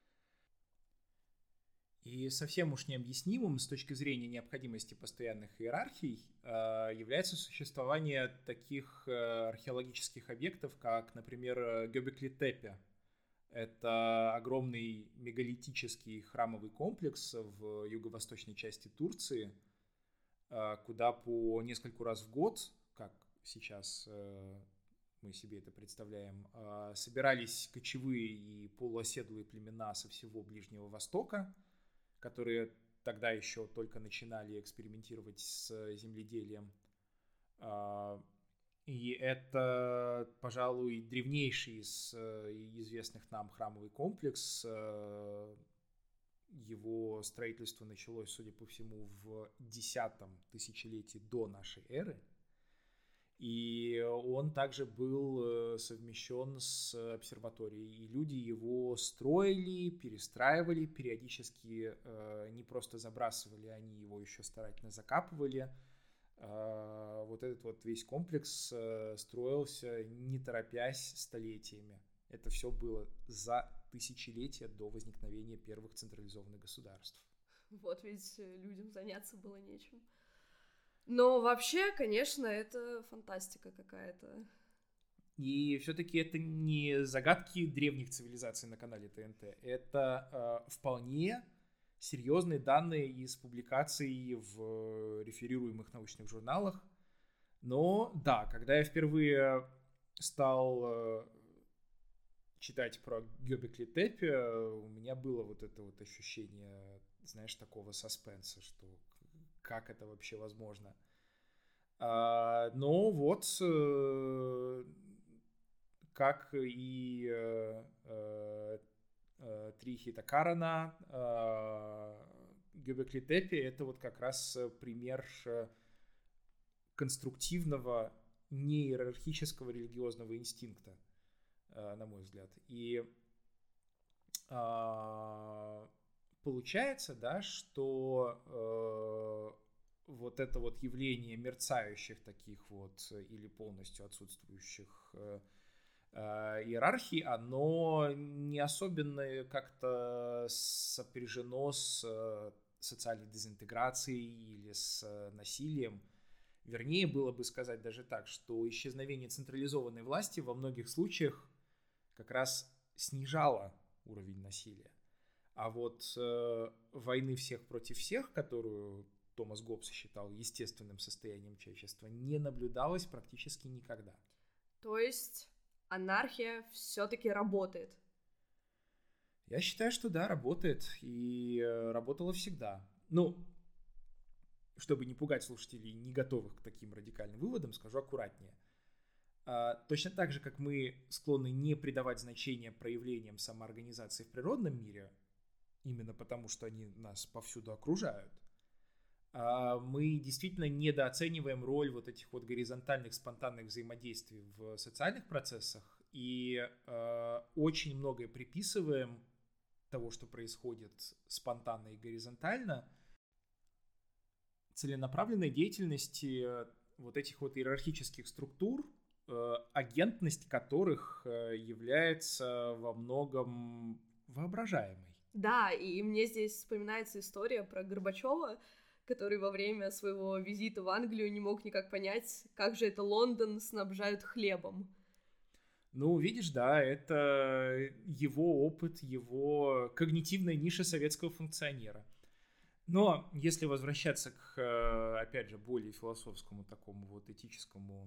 И совсем уж необъяснимым с точки зрения необходимости постоянных иерархий является существование таких археологических объектов, как, например, Göbekli-Tepe. Это огромный мегалитический храмовый комплекс в юго-восточной части Турции, куда по нескольку раз в год, как сейчас мы себе это представляем, собирались кочевые и полуоседлые племена со всего Ближнего Востока, которые тогда еще только начинали экспериментировать с земледелием. И это, пожалуй, древнейший из известных нам храмовый комплекс. Его строительство началось, судя по всему, в 10 тысячелетии до нашей эры. И он также был совмещен с обсерваторией. И люди его строили, перестраивали, периодически не просто забрасывали, они его еще старательно закапывали. Вот этот вот весь комплекс строился, не торопясь, столетиями. Это все было за тысячелетия до возникновения первых централизованных государств. Вот ведь людям заняться было нечем. Но вообще, конечно, это фантастика какая-то. И все-таки это не загадки древних цивилизаций на канале ТНТ. Это вполне серьезные данные из публикаций в реферируемых научных журналах. Но да, когда я впервые стал читать про Göbekli-Tepe, у меня было вот это вот ощущение, знаешь, такого саспенса, что как это вообще возможно. Но вот, как и Трихита Карана, Göbekli-Tepe — это вот как раз пример конструктивного неиерархического религиозного инстинкта, на мой взгляд. И получается, да, что вот это вот явление мерцающих таких вот или полностью отсутствующих иерархий, оно не особенно как-то сопряжено с социальной дезинтеграцией или с насилием. Вернее, было бы сказать даже так, что исчезновение централизованной власти во многих случаях как раз снижало уровень насилия. А вот войны всех против всех, которую Томас Гоббс считал естественным состоянием человечества, не наблюдалось практически никогда. То есть анархия все-таки работает? Я считаю, что да, работает. И работала всегда. Ну, чтобы не пугать слушателей, не готовых к таким радикальным выводам, скажу аккуратнее. Точно так же, как мы склонны не придавать значения проявлениям самоорганизации в природном мире, именно потому, что они нас повсюду окружают, мы действительно недооцениваем роль вот этих вот горизонтальных спонтанных взаимодействий в социальных процессах и очень многое приписываем того, что происходит спонтанно и горизонтально, целенаправленной деятельности вот этих вот иерархических структур, агентность которых является во многом воображаемой. Да, и мне здесь вспоминается история про Горбачева, который во время своего визита в Англию не мог никак понять, как же это Лондон снабжают хлебом. Ну, видишь, да, это его опыт, его когнитивная ниша советского функционера. Но если возвращаться к, опять же, более философскому такому вот этическому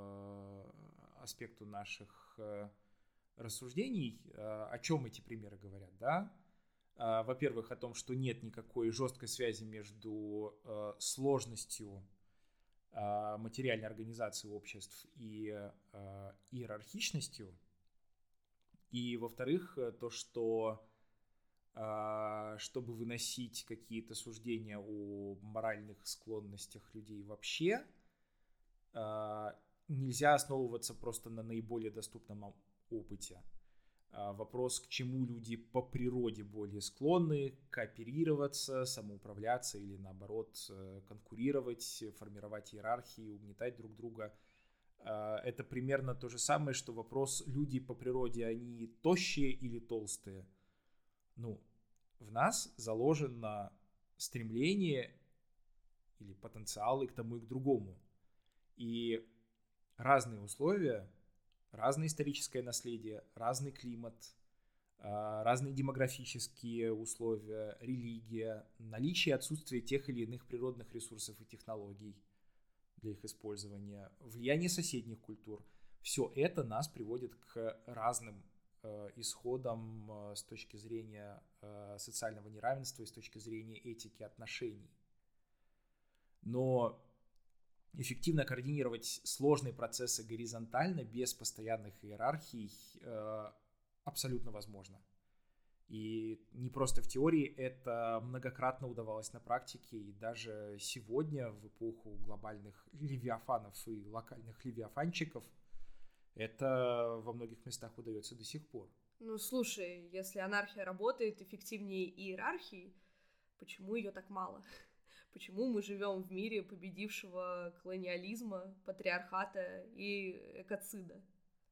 аспекту наших рассуждений, о чем эти примеры говорят, да? Во-первых, о том, что нет никакой жесткой связи между сложностью материальной организации обществ и иерархичностью. И, во-вторых, то, что чтобы выносить какие-то суждения о моральных склонностях людей вообще, нельзя основываться просто на наиболее доступном опыте. вопрос, к чему люди по природе более склонны кооперироваться, самоуправляться или, наоборот, конкурировать, формировать иерархии, угнетать друг друга. Это примерно то же самое, что вопрос, люди по природе, они тощие или толстые. Ну, в нас заложено стремление или потенциал и к тому, и к другому. И разные условия, разное историческое наследие, разный климат, разные демографические условия, религия, наличие и отсутствие тех или иных природных ресурсов и технологий для их использования, влияние соседних культур. Все это нас приводит к разным исходам с точки зрения социального неравенства и с точки зрения этики отношений. Но эффективно координировать сложные процессы горизонтально, без постоянных иерархий, абсолютно возможно. И не просто в теории, это многократно удавалось на практике, и даже сегодня, в эпоху глобальных левиафанов и локальных левиафанчиков, это во многих местах удается до сих пор. Ну, слушай, если анархия работает эффективнее иерархии, почему ее так мало? Почему мы живем в мире победившего колониализма, патриархата и экоцида?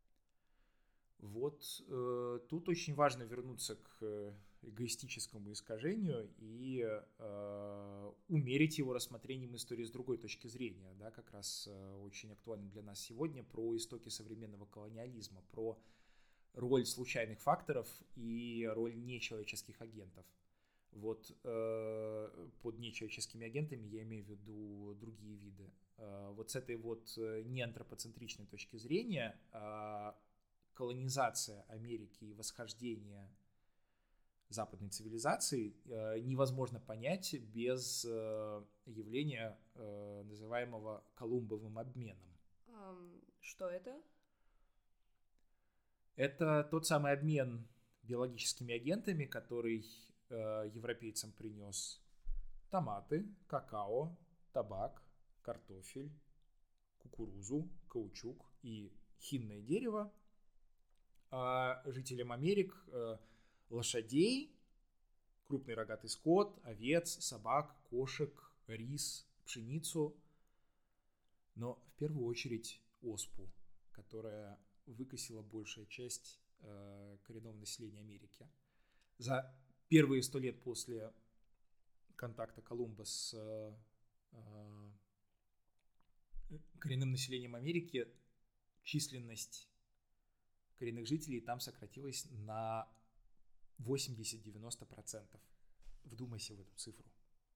Вот тут очень важно вернуться к эгоистическому искажению и умерить его рассмотрением истории с другой точки зрения, да, как раз очень актуально для нас сегодня, про истоки современного колониализма, про роль случайных факторов и роль нечеловеческих агентов. Вот под нечеловеческими агентами я имею в виду другие виды. Вот с этой вот неантропоцентричной точки зрения колонизация Америки и восхождение западной цивилизации невозможно понять без явления, называемого Колумбовым обменом. Что это? Это тот самый обмен биологическими агентами, который европейцам принес томаты, какао, табак, картофель, кукурузу, каучук и хинное дерево, а жителям Америк лошадей, крупный рогатый скот, овец, собак, кошек, рис, пшеницу, но в первую очередь оспу, которая выкосила большая часть коренного населения Америки. За первые 100 лет после контакта Колумба с коренным населением Америки численность коренных жителей там сократилась на 80-90%. Вдумайся в эту цифру.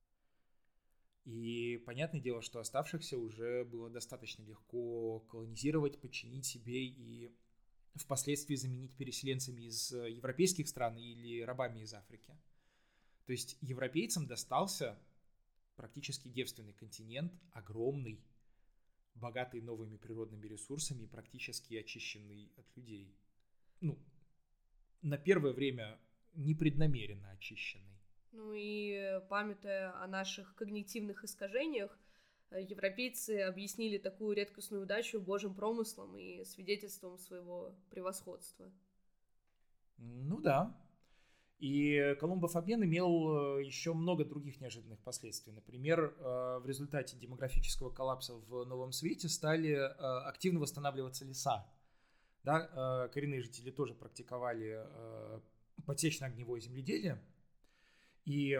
И понятное дело, что оставшихся уже было достаточно легко колонизировать, подчинить себе и впоследствии заменить переселенцами из европейских стран или рабами из Африки. То есть европейцам достался практически девственный континент, огромный, богатый новыми природными ресурсами и практически очищенный от людей. Ну, на первое время непреднамеренно очищенный. Ну и памятуя о наших когнитивных искажениях, европейцы объяснили такую редкостную удачу Божьим промыслом и свидетельством своего превосходства. Ну да. И Колумбов обмен имел еще много других неожиданных последствий. Например, в результате демографического коллапса в Новом Свете стали активно восстанавливаться леса. Да, коренные жители тоже практиковали подсечно-огневое земледелие. И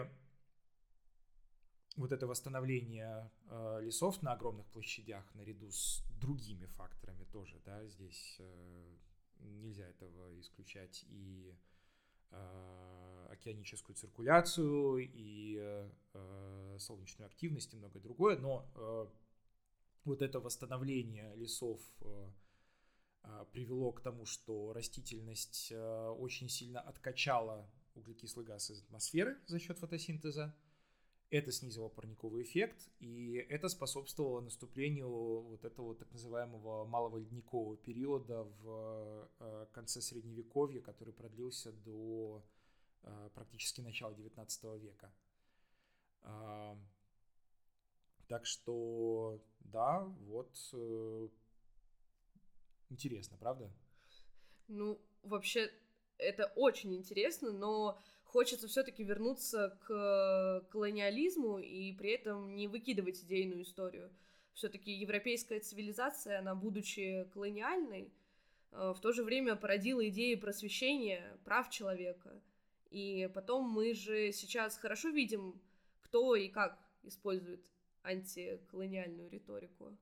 вот это восстановление лесов на огромных площадях наряду с другими факторами тоже, да, здесь нельзя этого исключать, и океаническую циркуляцию, и солнечную активность, и многое другое, но вот это восстановление лесов привело к тому, что растительность очень сильно откачала углекислый газ из атмосферы за счет фотосинтеза. Это снизило парниковый эффект, и это способствовало наступлению вот этого так называемого малого ледникового периода в конце Средневековья, который продлился до практически начала XIX века. Так что, да, вот интересно, правда? Ну, вообще, это очень интересно, но хочется все-таки вернуться к колониализму и при этом не выкидывать идейную историю. Все-таки европейская цивилизация, она, будучи колониальной, в то же время породила идеи просвещения, прав человека. И потом мы же сейчас хорошо видим, кто и как использует антиколониальную риторику.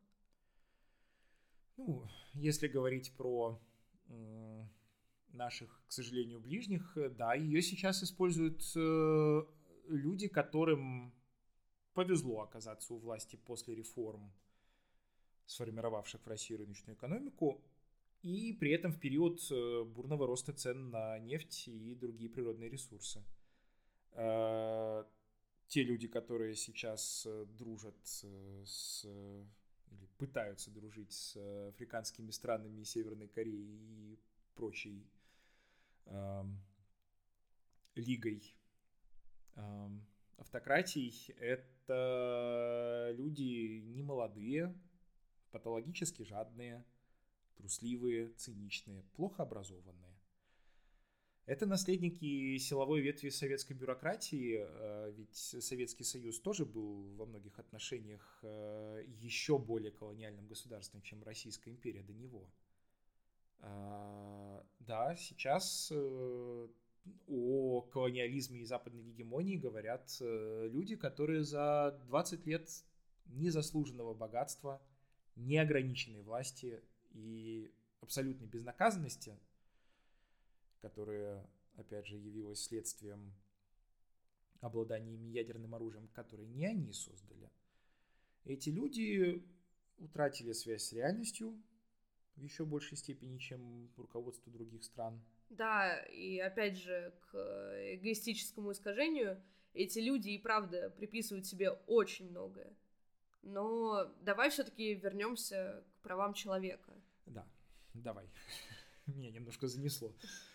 Ну, если говорить про наших, к сожалению, ближних, да, ее сейчас используют люди, которым повезло оказаться у власти после реформ, сформировавших в России рыночную экономику, и при этом в период бурного роста цен на нефть и другие природные ресурсы. Те люди, которые сейчас дружат или пытаются дружить с африканскими странами, Северной Кореей и прочей лигой автократий, это люди немолодые, патологически жадные, трусливые, циничные, плохо образованные. Это наследники силовой ветви советской бюрократии, ведь Советский Союз тоже был во многих отношениях еще более колониальным государством, чем Российская империя до него. Да, сейчас о колониализме и западной гегемонии говорят люди, которые за 20 лет незаслуженного богатства, неограниченной власти и абсолютной безнаказанности, которая, опять же, явилась следствием обладания ими ядерным оружием, которое не они создали, эти люди утратили связь с реальностью в еще большей степени, чем руководство других стран. Да, и опять же, к эгоистическому искажению эти люди и правда приписывают себе очень многое. Но давай все-таки вернемся к правам человека. Да, давай. Меня немножко занесло.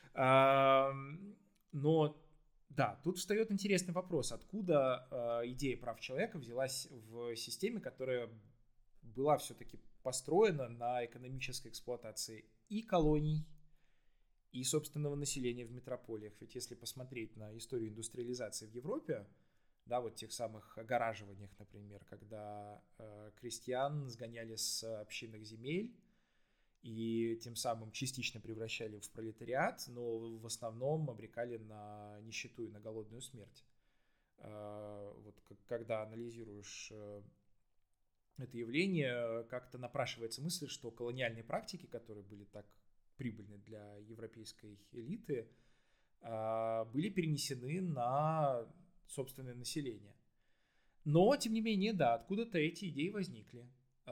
Но да, тут встает интересный вопрос, откуда идея прав человека взялась в системе, которая была все-таки построена на экономической эксплуатации и колоний, и собственного населения в метрополиях. Ведь если посмотреть на историю индустриализации в Европе, да, вот тех самых огораживаниях, например, когда крестьян сгоняли с общинных земель и тем самым частично превращали в пролетариат, но в основном обрекали на нищету и на голодную смерть. Вот когда анализируешь это явление, как-то напрашивается мысль, что колониальные практики, которые были так прибыльны для европейской элиты, были перенесены на собственное население. Но, тем не менее, да, откуда-то эти идеи возникли.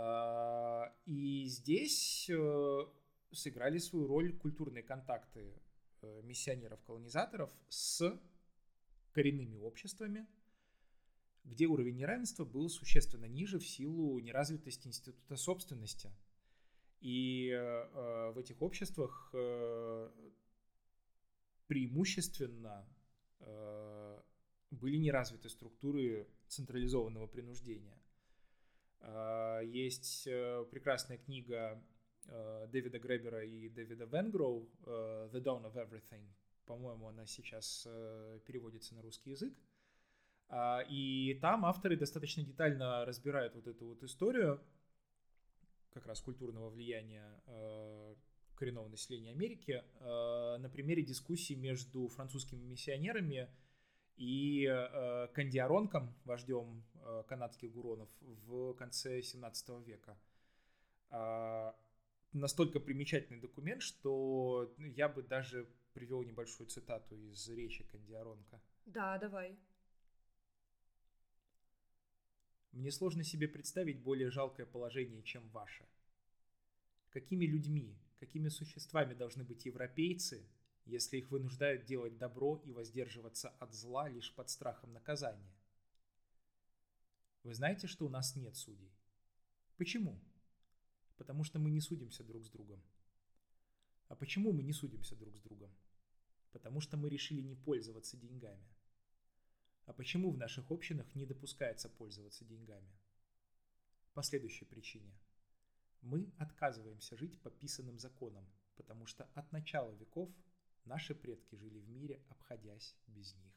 И здесь сыграли свою роль культурные контакты миссионеров-колонизаторов с коренными обществами, где уровень неравенства был существенно ниже в силу неразвитости института собственности. И в этих обществах преимущественно были неразвиты структуры централизованного принуждения. Есть прекрасная книга Дэвида Гребера и Дэвида Венгроу «The Dawn of Everything». По-моему, она сейчас переводится на русский язык. И там авторы достаточно детально разбирают вот эту вот историю как раз культурного влияния коренного населения Америки на примере дискуссий между французскими миссионерами и Кандиаронком, вождем канадских гуронов, в конце 17 века. Настолько примечательный документ, что я бы даже привел небольшую цитату из речи Кандиаронка. Да, давай. «Мне сложно себе представить более жалкое положение, чем ваше. Какими людьми, какими существами должны быть европейцы, если их вынуждают делать добро и воздерживаться от зла лишь под страхом наказания? Вы знаете, что у нас нет судей? Почему? Потому что мы не судимся друг с другом. А почему мы не судимся друг с другом? Потому что мы решили не пользоваться деньгами. А почему в наших общинах не допускается пользоваться деньгами? По следующей причине. Мы отказываемся жить по писанным законам, потому что от начала веков Наши предки жили в мире, обходясь без них.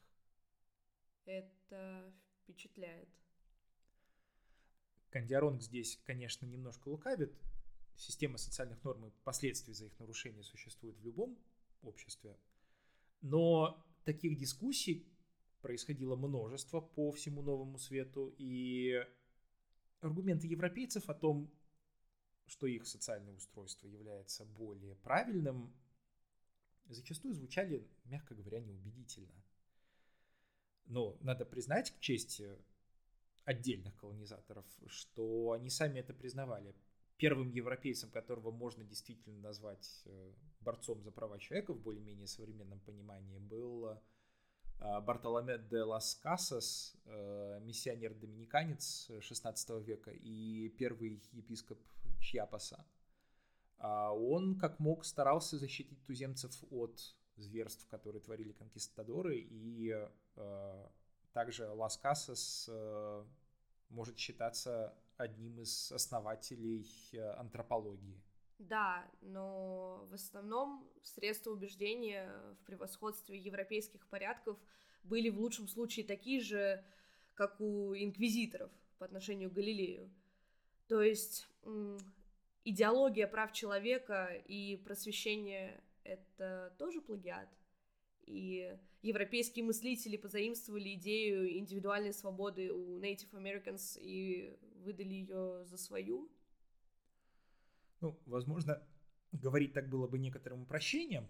Это впечатляет. Кандиаронг здесь, конечно, немножко лукавит. Система социальных норм и последствий за их нарушение существует в любом обществе. Но таких дискуссий происходило множество по всему новому свету, и аргументы европейцев о том, что их социальное устройство является более правильным, зачастую звучали, мягко говоря, неубедительно. Но надо признать к чести отдельных колонизаторов, что они сами это признавали. Первым европейцем, которого можно действительно назвать борцом за права человека в более-менее современном понимании, был Бартоломе де лас Касас, миссионер-доминиканец XVI века и первый епископ Чьяпаса. Он, как мог, старался защитить туземцев от зверств, которые творили конкистадоры, и также Лас Касас может считаться одним из основателей антропологии. Да, но в основном средства убеждения в превосходстве европейских порядков были в лучшем случае такие же, как у инквизиторов по отношению к Галилею. То есть идеология прав человека и просвещение — это тоже плагиат. И европейские мыслители позаимствовали идею индивидуальной свободы у Native Americans и выдали ее за свою. Ну, возможно, говорить так было бы некоторым упрощением,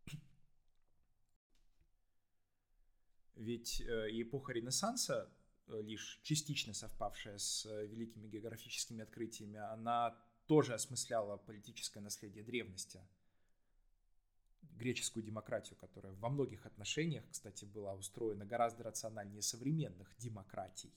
ведь эпоха Ренессанса, лишь частично совпавшая с великими географическими открытиями, она тоже осмысляла политическое наследие древности, греческую демократию, которая во многих отношениях, кстати, была устроена гораздо рациональнее современных демократий.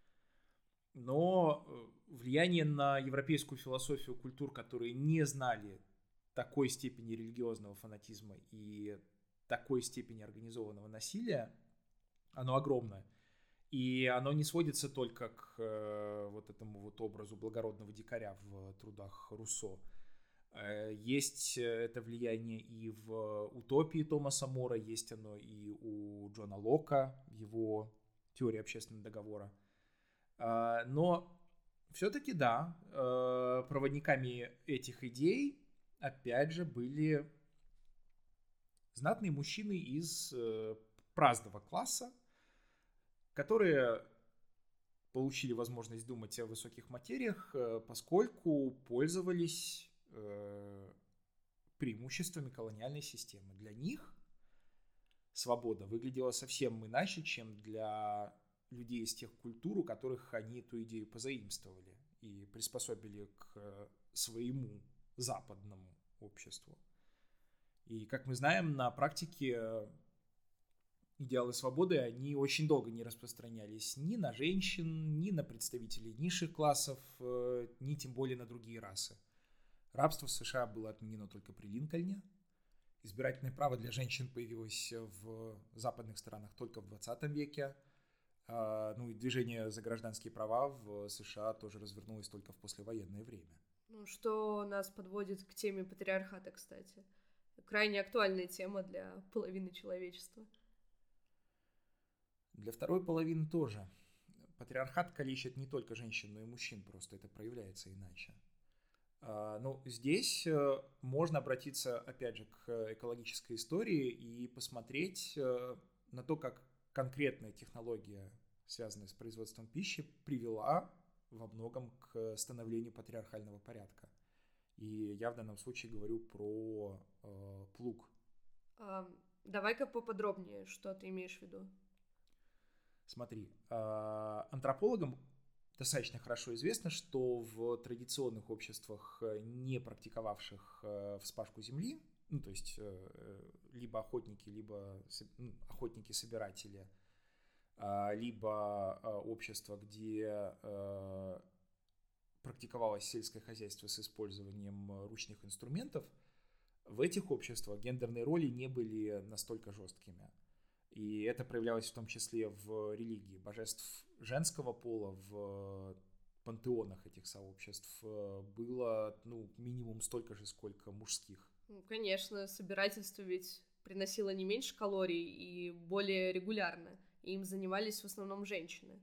Но влияние на европейскую философию культур, которые не знали такой степени религиозного фанатизма и такой степени организованного насилия, оно огромное. И оно не сводится только к вот этому вот образу благородного дикаря в трудах Руссо. Есть это влияние и в «Утопии» Томаса Мора, есть оно и у Джона Лока в его «Теории общественного договора». Но все-таки, да, проводниками этих идей, опять же, были знатные мужчины из праздного класса, которые получили возможность думать о высоких материях, поскольку пользовались преимуществами колониальной системы. Для них свобода выглядела совсем иначе, чем для людей из тех культур, у которых они эту идею позаимствовали и приспособили к своему западному обществу. И, как мы знаем, на практике идеалы свободы, они очень долго не распространялись ни на женщин, ни на представителей низших классов, ни тем более на другие расы. Рабство в США было отменено только при Линкольне. Избирательное право для женщин появилось в западных странах только в 20 веке. Ну и движение за гражданские права в США тоже развернулось только в послевоенное время. Ну, что нас подводит к теме патриархата, кстати. Крайне актуальная тема для половины человечества. Для второй половины тоже. Патриархат калечит не только женщин, но и мужчин, просто это проявляется иначе. Но здесь можно обратиться, опять же, к экологической истории и посмотреть на то, как конкретная технология, связанная с производством пищи, привела во многом к становлению патриархального порядка. И я в данном случае говорю про плуг. Давай-ка поподробнее, что ты имеешь в виду. Смотри, антропологам достаточно хорошо известно, что в традиционных обществах, не практиковавших вспашку земли, ну, то есть либо охотники, либо охотники-собиратели, либо общества, где практиковалось сельское хозяйство с использованием ручных инструментов, в этих обществах гендерные роли не были настолько жесткими. И это проявлялось в том числе в религии. Божеств женского пола в пантеонах этих сообществ было минимум столько же, сколько мужских. Ну, конечно, собирательство ведь приносило не меньше калорий и более регулярно. И им занимались в основном женщины.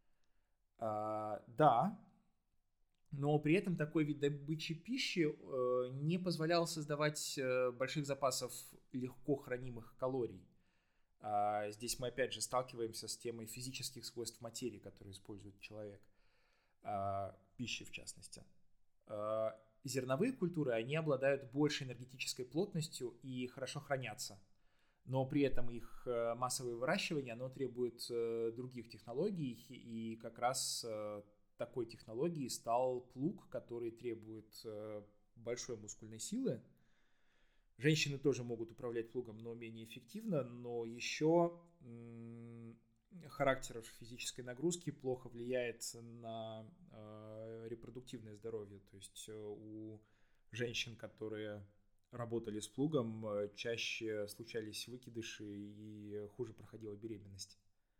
Да, но при этом такой вид добычи пищи не позволял создавать больших запасов легко хранимых калорий. Здесь мы опять же сталкиваемся с темой физических свойств материи, которые использует человек, пищи в частности. Зерновые культуры, они обладают большей энергетической плотностью и хорошо хранятся, но при этом их массовое выращивание, оно требует других технологий, и как раз такой технологией стал плуг, который требует большой мускульной силы. Женщины тоже могут управлять плугом, но менее эффективно, но еще характер физической нагрузки плохо влияет на репродуктивное здоровье. То есть у женщин, которые работали с плугом, чаще случались выкидыши и хуже проходила беременность.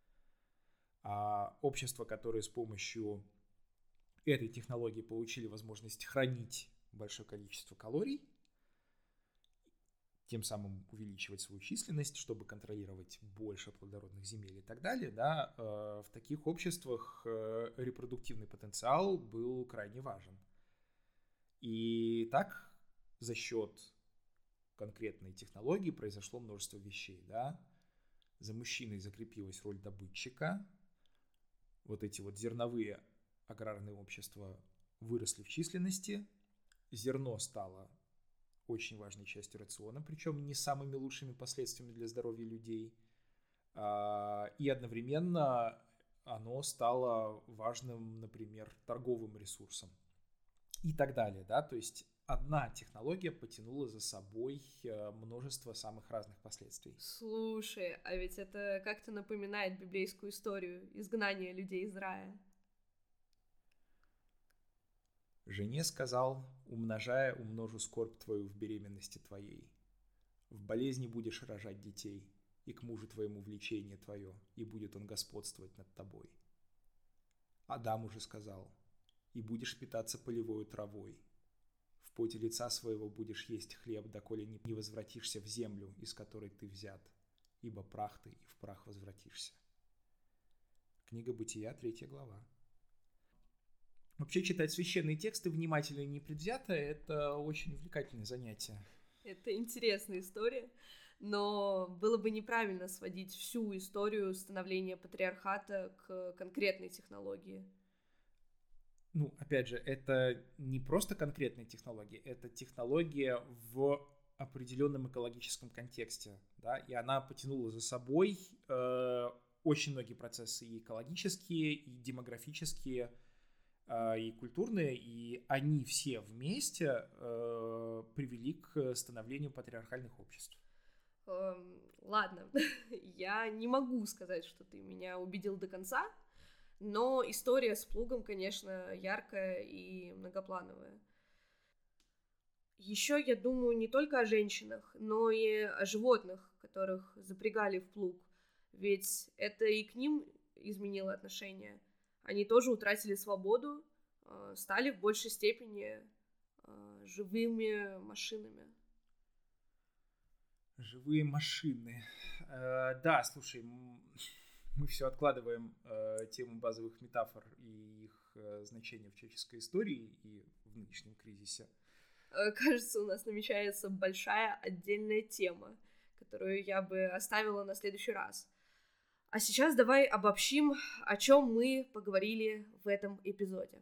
А общества, которые с помощью этой технологии получили возможность хранить большое количество калорий, тем самым увеличивать свою численность, чтобы контролировать больше плодородных земель и так далее, да, в таких обществах репродуктивный потенциал был крайне важен. И так за счет конкретной технологии произошло множество вещей, да. За мужчиной закрепилась роль добытчика, вот эти вот зерновые аграрные общества выросли в численности, зерно стало очень важной частью рациона, причем не самыми лучшими последствиями для здоровья людей. И одновременно оно стало важным, например, торговым ресурсом и так далее. Да? То есть одна технология потянула за собой множество самых разных последствий. Слушай, а ведь это как-то напоминает библейскую историю изгнания людей из рая. Жене сказал: умножая, умножу скорбь твою в беременности твоей. В болезни будешь рожать детей, и к мужу твоему влечение твое, и будет он господствовать над тобой. Адаму же сказал: и будешь питаться полевою травой. В поте лица своего будешь есть хлеб, доколе не возвратишься в землю, из которой ты взят, ибо прах ты, и в прах возвратишься. Книга Бытия, 3 глава. Вообще читать священные тексты внимательно и непредвзято – это очень увлекательное занятие. Это интересная история, но было бы неправильно сводить всю историю становления патриархата к конкретной технологии. Ну, опять же, это не просто конкретная технология, это технология в определенном экологическом контексте, да, и она потянула за собой очень многие процессы и экологические, и демографические, и культурные, и они все вместе привели к становлению патриархальных обществ. Ладно, я не могу сказать, что ты меня убедил до конца, но история с плугом, конечно, яркая и многоплановая. Еще я думаю не только о женщинах, но и о животных, которых запрягали в плуг, ведь это и к ним изменило отношение. Они тоже утратили свободу, стали в большей степени живыми машинами. Живые машины. Да, слушай, мы все откладываем тему базовых метафор и их значения в человеческой истории и в нынешнем кризисе. Кажется, у нас намечается большая отдельная тема, которую я бы оставила на следующий раз. А сейчас давай обобщим, о чем мы поговорили в этом эпизоде.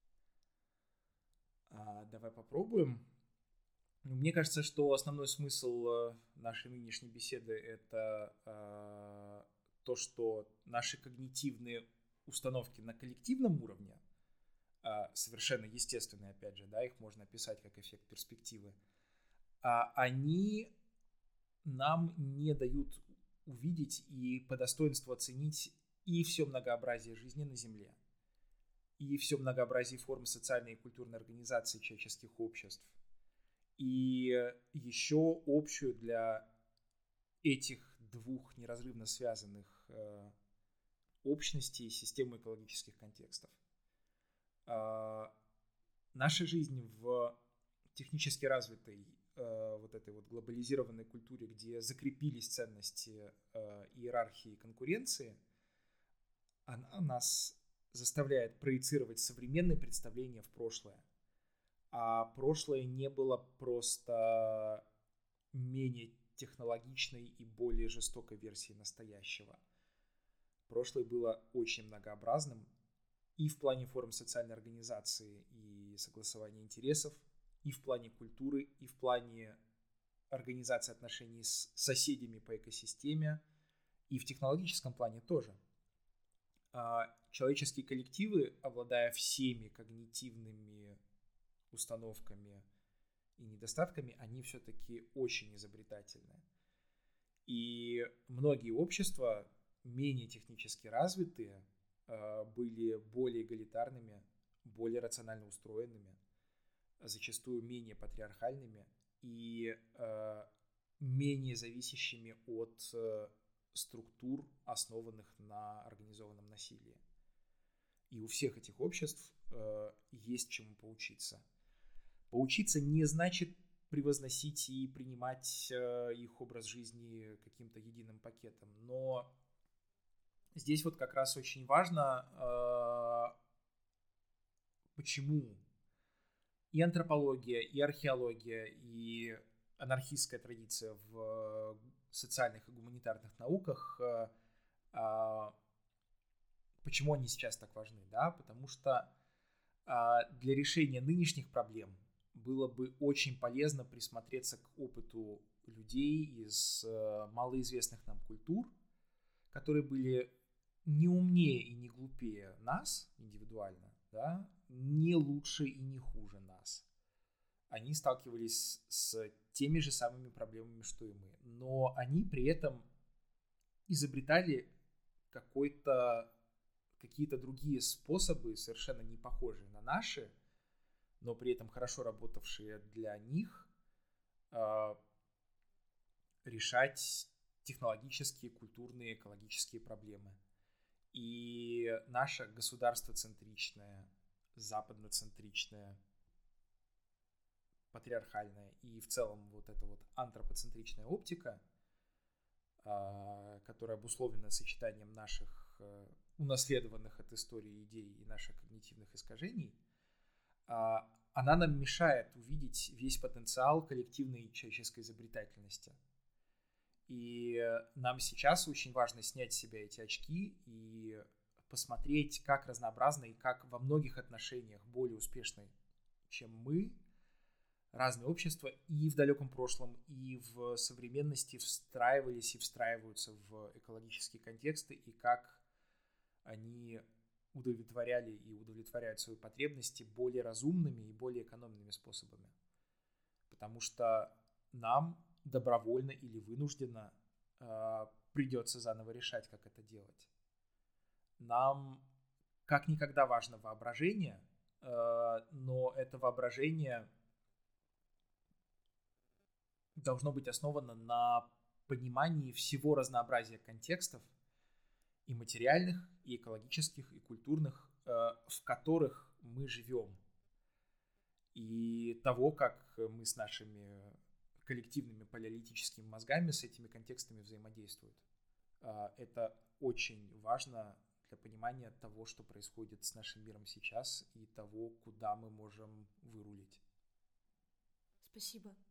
Давай попробуем. Мне кажется, что основной смысл нашей нынешней беседы – это то, что наши когнитивные установки на коллективном уровне, совершенно естественные, опять же, да, их можно описать как эффект перспективы, они нам не дают увидеть и по достоинству оценить и все многообразие жизни на Земле, и все многообразие форм социальной и культурной организации человеческих обществ, и еще общую для этих двух неразрывно связанных общностей систему экологических контекстов. Наша жизнь в технически развитой вот этой вот глобализированной культуре, где закрепились ценности иерархии и конкуренции, она нас заставляет проецировать современные представления в прошлое. А прошлое не было просто менее технологичной и более жестокой версией настоящего. Прошлое было очень многообразным и в плане форм социальной организации и согласования интересов, и в плане культуры, и в плане организации отношений с соседями по экосистеме, и в технологическом плане тоже. Человеческие коллективы, обладая всеми когнитивными установками и недостатками, они все-таки очень изобретательны. И многие общества, менее технически развитые, были более эгалитарными, более рационально устроенными, зачастую менее патриархальными и менее зависящими от структур, основанных на организованном насилии. И у всех этих обществ есть чему поучиться. Поучиться не значит превозносить и принимать их образ жизни каким-то единым пакетом, но здесь вот как раз очень важно, почему и антропология, и археология, и анархистская традиция в социальных и гуманитарных науках, почему они сейчас так важны, да? Потому что для решения нынешних проблем было бы очень полезно присмотреться к опыту людей из малоизвестных нам культур, которые были не умнее и не глупее нас индивидуально, да, не лучше и не хуже нас. Они сталкивались с теми же самыми проблемами, что и мы. Но они при этом изобретали какие-то другие способы, совершенно не похожие на наши, но при этом хорошо работавшие для них, решать технологические, культурные, экологические проблемы. И наше государство-центричное, западноцентричное, патриархальная и в целом вот эта вот антропоцентричная оптика, которая обусловлена сочетанием наших унаследованных от истории идей и наших когнитивных искажений, она нам мешает увидеть весь потенциал коллективной человеческой изобретательности. И нам сейчас очень важно снять с себя эти очки и посмотреть, как разнообразно и как во многих отношениях более успешны, чем мы, разные общества и в далеком прошлом, и в современности встраивались и встраиваются в экологические контексты, и как они удовлетворяли и удовлетворяют свои потребности более разумными и более экономными способами. Потому что нам добровольно или вынужденно придется заново решать, как это делать. Нам как никогда важно воображение, но это воображение должно быть основано на понимании всего разнообразия контекстов и материальных, и экологических, и культурных, в которых мы живем. И того, как мы с нашими коллективными палеолитическими мозгами с этими контекстами взаимодействуют. Это очень важно для понимания того, что происходит с нашим миром сейчас и того, куда мы можем вырулить. Спасибо.